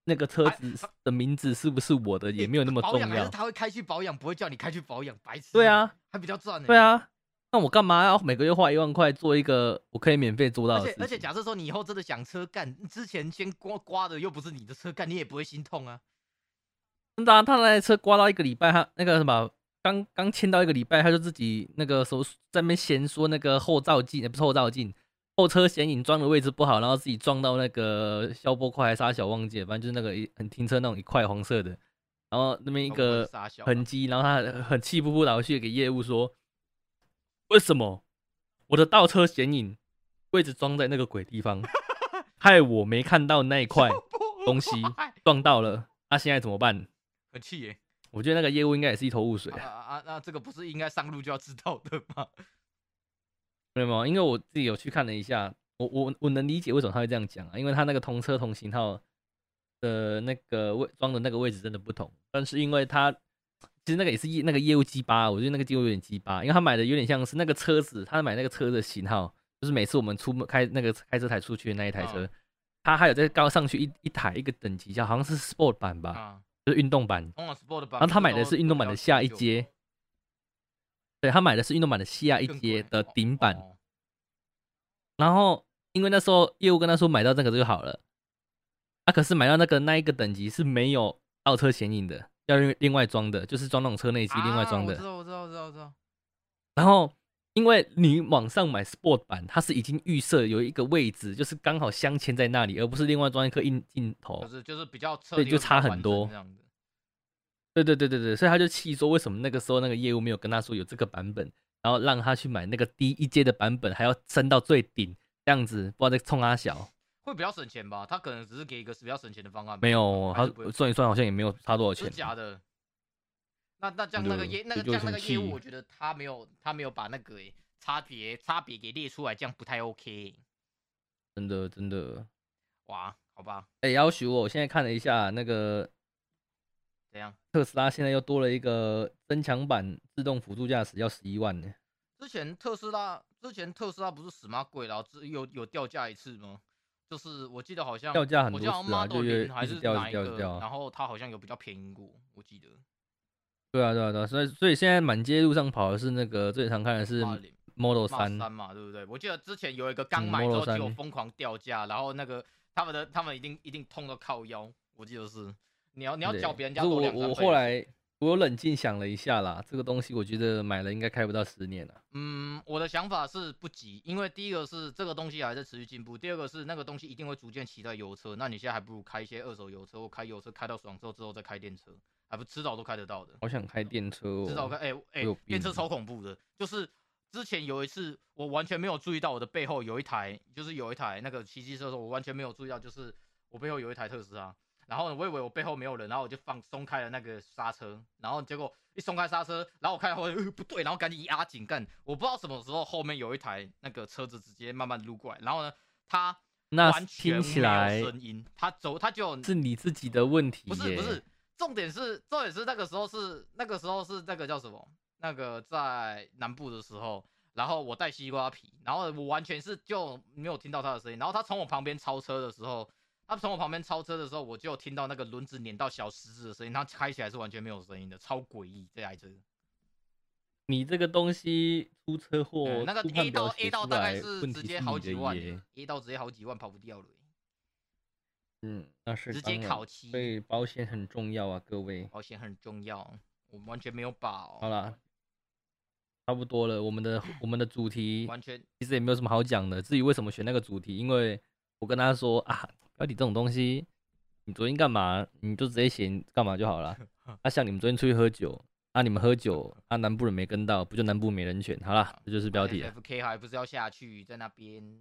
那个车子的名字是不是我的也没有那么重要。 他会开去保养，不会叫你开去保养，白痴。 对啊， 还比较赚呢。 对啊，那我干嘛要每个月花一万块做一个我可以免费做到的事情？ 而且而且假设说你以后真的想车干，之前先刮刮的又不是你的车干，你也不会心痛啊。 真的啊，他那台车刮到一个礼拜，他那个什么刚刚签到一个礼拜，他就自己那个手在那边嫌说那个后照镜，不是后照镜。后车显影装的位置不好，然后自己撞到那个消波块还刹小忘记了，反正就是那个很停车那种一块黄色的，然后那边一个痕迹，然后他很气呼呼的去给业务说，为什么我的倒车显影位置装在那个鬼地方，害我没看到那一块东西撞到了，那、啊、现在怎么办？ 很气耶！ 我觉得那个业务应该也是一头雾水啊啊啊！那这个不是应该上路就要知道的吗？ 没有没有，因为我自己有去看了一下，我我我能理解为什么他会这样讲啊，因为他那个同车同型号的那个位装的那个位置真的不同，但是因为他其实那个也是那个业务鸡巴，我觉得那个业务有点鸡巴，因为他买的有点像是那个车子，他买那个车的型号，就是每次我们出门开那个开这台出去的那一台车，哦、他还有再高上去一一台一个等级叫好像是 Sport 版吧，哦、就是运动版， 哦 Sport 版， 然后他买的是运动版的下一阶。对，他买的是运动版的下一阶的顶版，哦、然后因为那时候业务跟他说买到这个就好了，啊，可是买到那个那一个等级是没有倒车显影的，要另外装的，就是装那种车内机另外装的。 啊、我知道，我知道，我知道，我知道。 然后因为你网上买 Sport 版，它是已经预设有一个位置，就是刚好镶嵌在那里，而不是另外装一颗镜镜头， 就是就是比较侧， 对，就差很多。对对对对对，所以他就气说，为什么那个时候那个业务没有跟他说有这个版本，然后让他去买那个低一阶的版本，还要升到最顶，这样子不知道在冲他小， 会比较省钱吧？他可能只是给一个比较省钱的方案。 没有，他算一算好像也没有差多少钱。 是假的。那那这样那个业那个这样那个业务，我觉得他没有他没有把那个差别差别给列出来，这样不太 OK。 真的真的， 哇，好吧。 哎、欸，要求我现在看了一下那个。 怎样？ 特斯拉现在又多了一个增强版自动辅助驾驶，要十一万呢。 之前特斯拉之前特斯拉不是死妈贵，然后有有掉价一次吗？就是我记得好像掉价很多次啊， 就零还是哪一个？ 掉然后它好像有比较便宜过，我记得。 对啊对啊对啊，所以所以现在满街路上跑的是那个最常看的是 Model 三三嘛，对不对？我记得之前有一个刚买之后就疯狂掉价，然后那个他们的他们一定一定痛到靠腰，我记得是。你要你要缴别人家多两三倍。 我我后来我有冷静想了一下啦，这个东西我觉得买了应该开不到十年了。 嗯，我的想法是不急，因为第一个是这个东西还在持续进步，第二个是那个东西一定会逐渐取代油车，那你现在还不如开一些二手油车或开油车开到爽之后之后再开电车，还不迟早都开得到的。 好想开电车哦， 迟早开，哎、欸、哎、欸，电车超恐怖的，就是之前有一次我完全没有注意到我的背后有一台，就是有一台那个骑机车的时候，我完全没有注意到，就是我背后有一台特斯拉。然后呢，我以为我背后没有人，然后我就放松开了那个刹车，然后结果一松开刹车，然后我看到后面、呃、不对，然后赶紧压紧干，我不知道什么时候后面有一台那个车子直接慢慢撸过来，然后呢，它完全没有声音，它走它就是你自己的问题， 不是不是，重点是重点是那个时候是那个时候是那个叫什么？那个在南部的时候，然后我带西瓜皮，然后我完全是就没有听到它的声音，然后它从我旁边超车的时候。他从我旁边超车的时候，我就听到那个轮子碾到小石子的声音，它开起来是完全没有声音的，超诡异这台车。 你这个东西出车祸、 嗯，那个 A 到 A 到大概是直接好几万，A 到直接好几万跑不掉了。 嗯，那是直接烤漆， 所以保险很重要啊，各位。 保险很重要，我们完全没有保。 好啦，差不多了，我们的我们的主题完全其实也没有什么好讲的。至于为什么选那个主题，因为我跟他说啊。标题这种东西，你昨天干嘛？你就直接写干嘛就好了。啊，像你们昨天出去喝酒，啊，你们喝酒，啊，南部人没跟到，不就南部没人选？好了，这就是标题了。 F K 还不是要下去，在那边。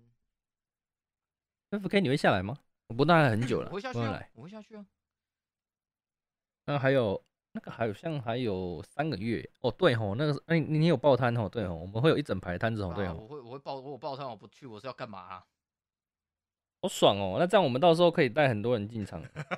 F K 你会下来吗？我不，那还很久了。 我会下去啊，我会下去啊。 那还有那个好像还有三个月哦，对吼，那个哎，你你有报摊吼，对吼，我们会有一整排摊子吼，对吼。 我会我会报我有报摊，我不去，我是要干嘛啊？ 好爽哦！那这样我们到时候可以带很多人进场。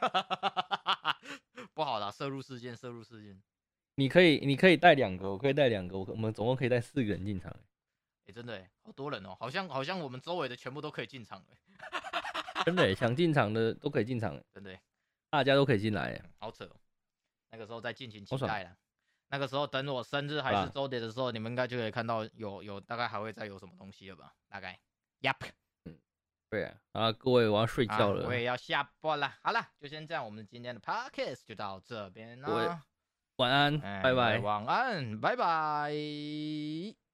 不好啦，摄入事件，摄入事件。 你可以，你可以带两个，我可以带两个，我们总共可以带四个人进场。 哎、欸，真的哎，好多人哦，好像好像我们周围的全部都可以进场哎。 真的，想进场的都可以进场。 真的。 大家都可以进来， 好扯、哦，那个时候再敬请期好爽待啦。那个时候等我生日还是周年的时候，你们应该就可以看到有有大概还会再有什么东西了吧？大概 ，Yup。 嗯，对啊，啊，各位我要睡觉了， 啊、我也要下播了。好了，就先这样，我们今天的 podcast 就到这边各位啦。 晚安， 哎拜拜。 晚安，拜拜。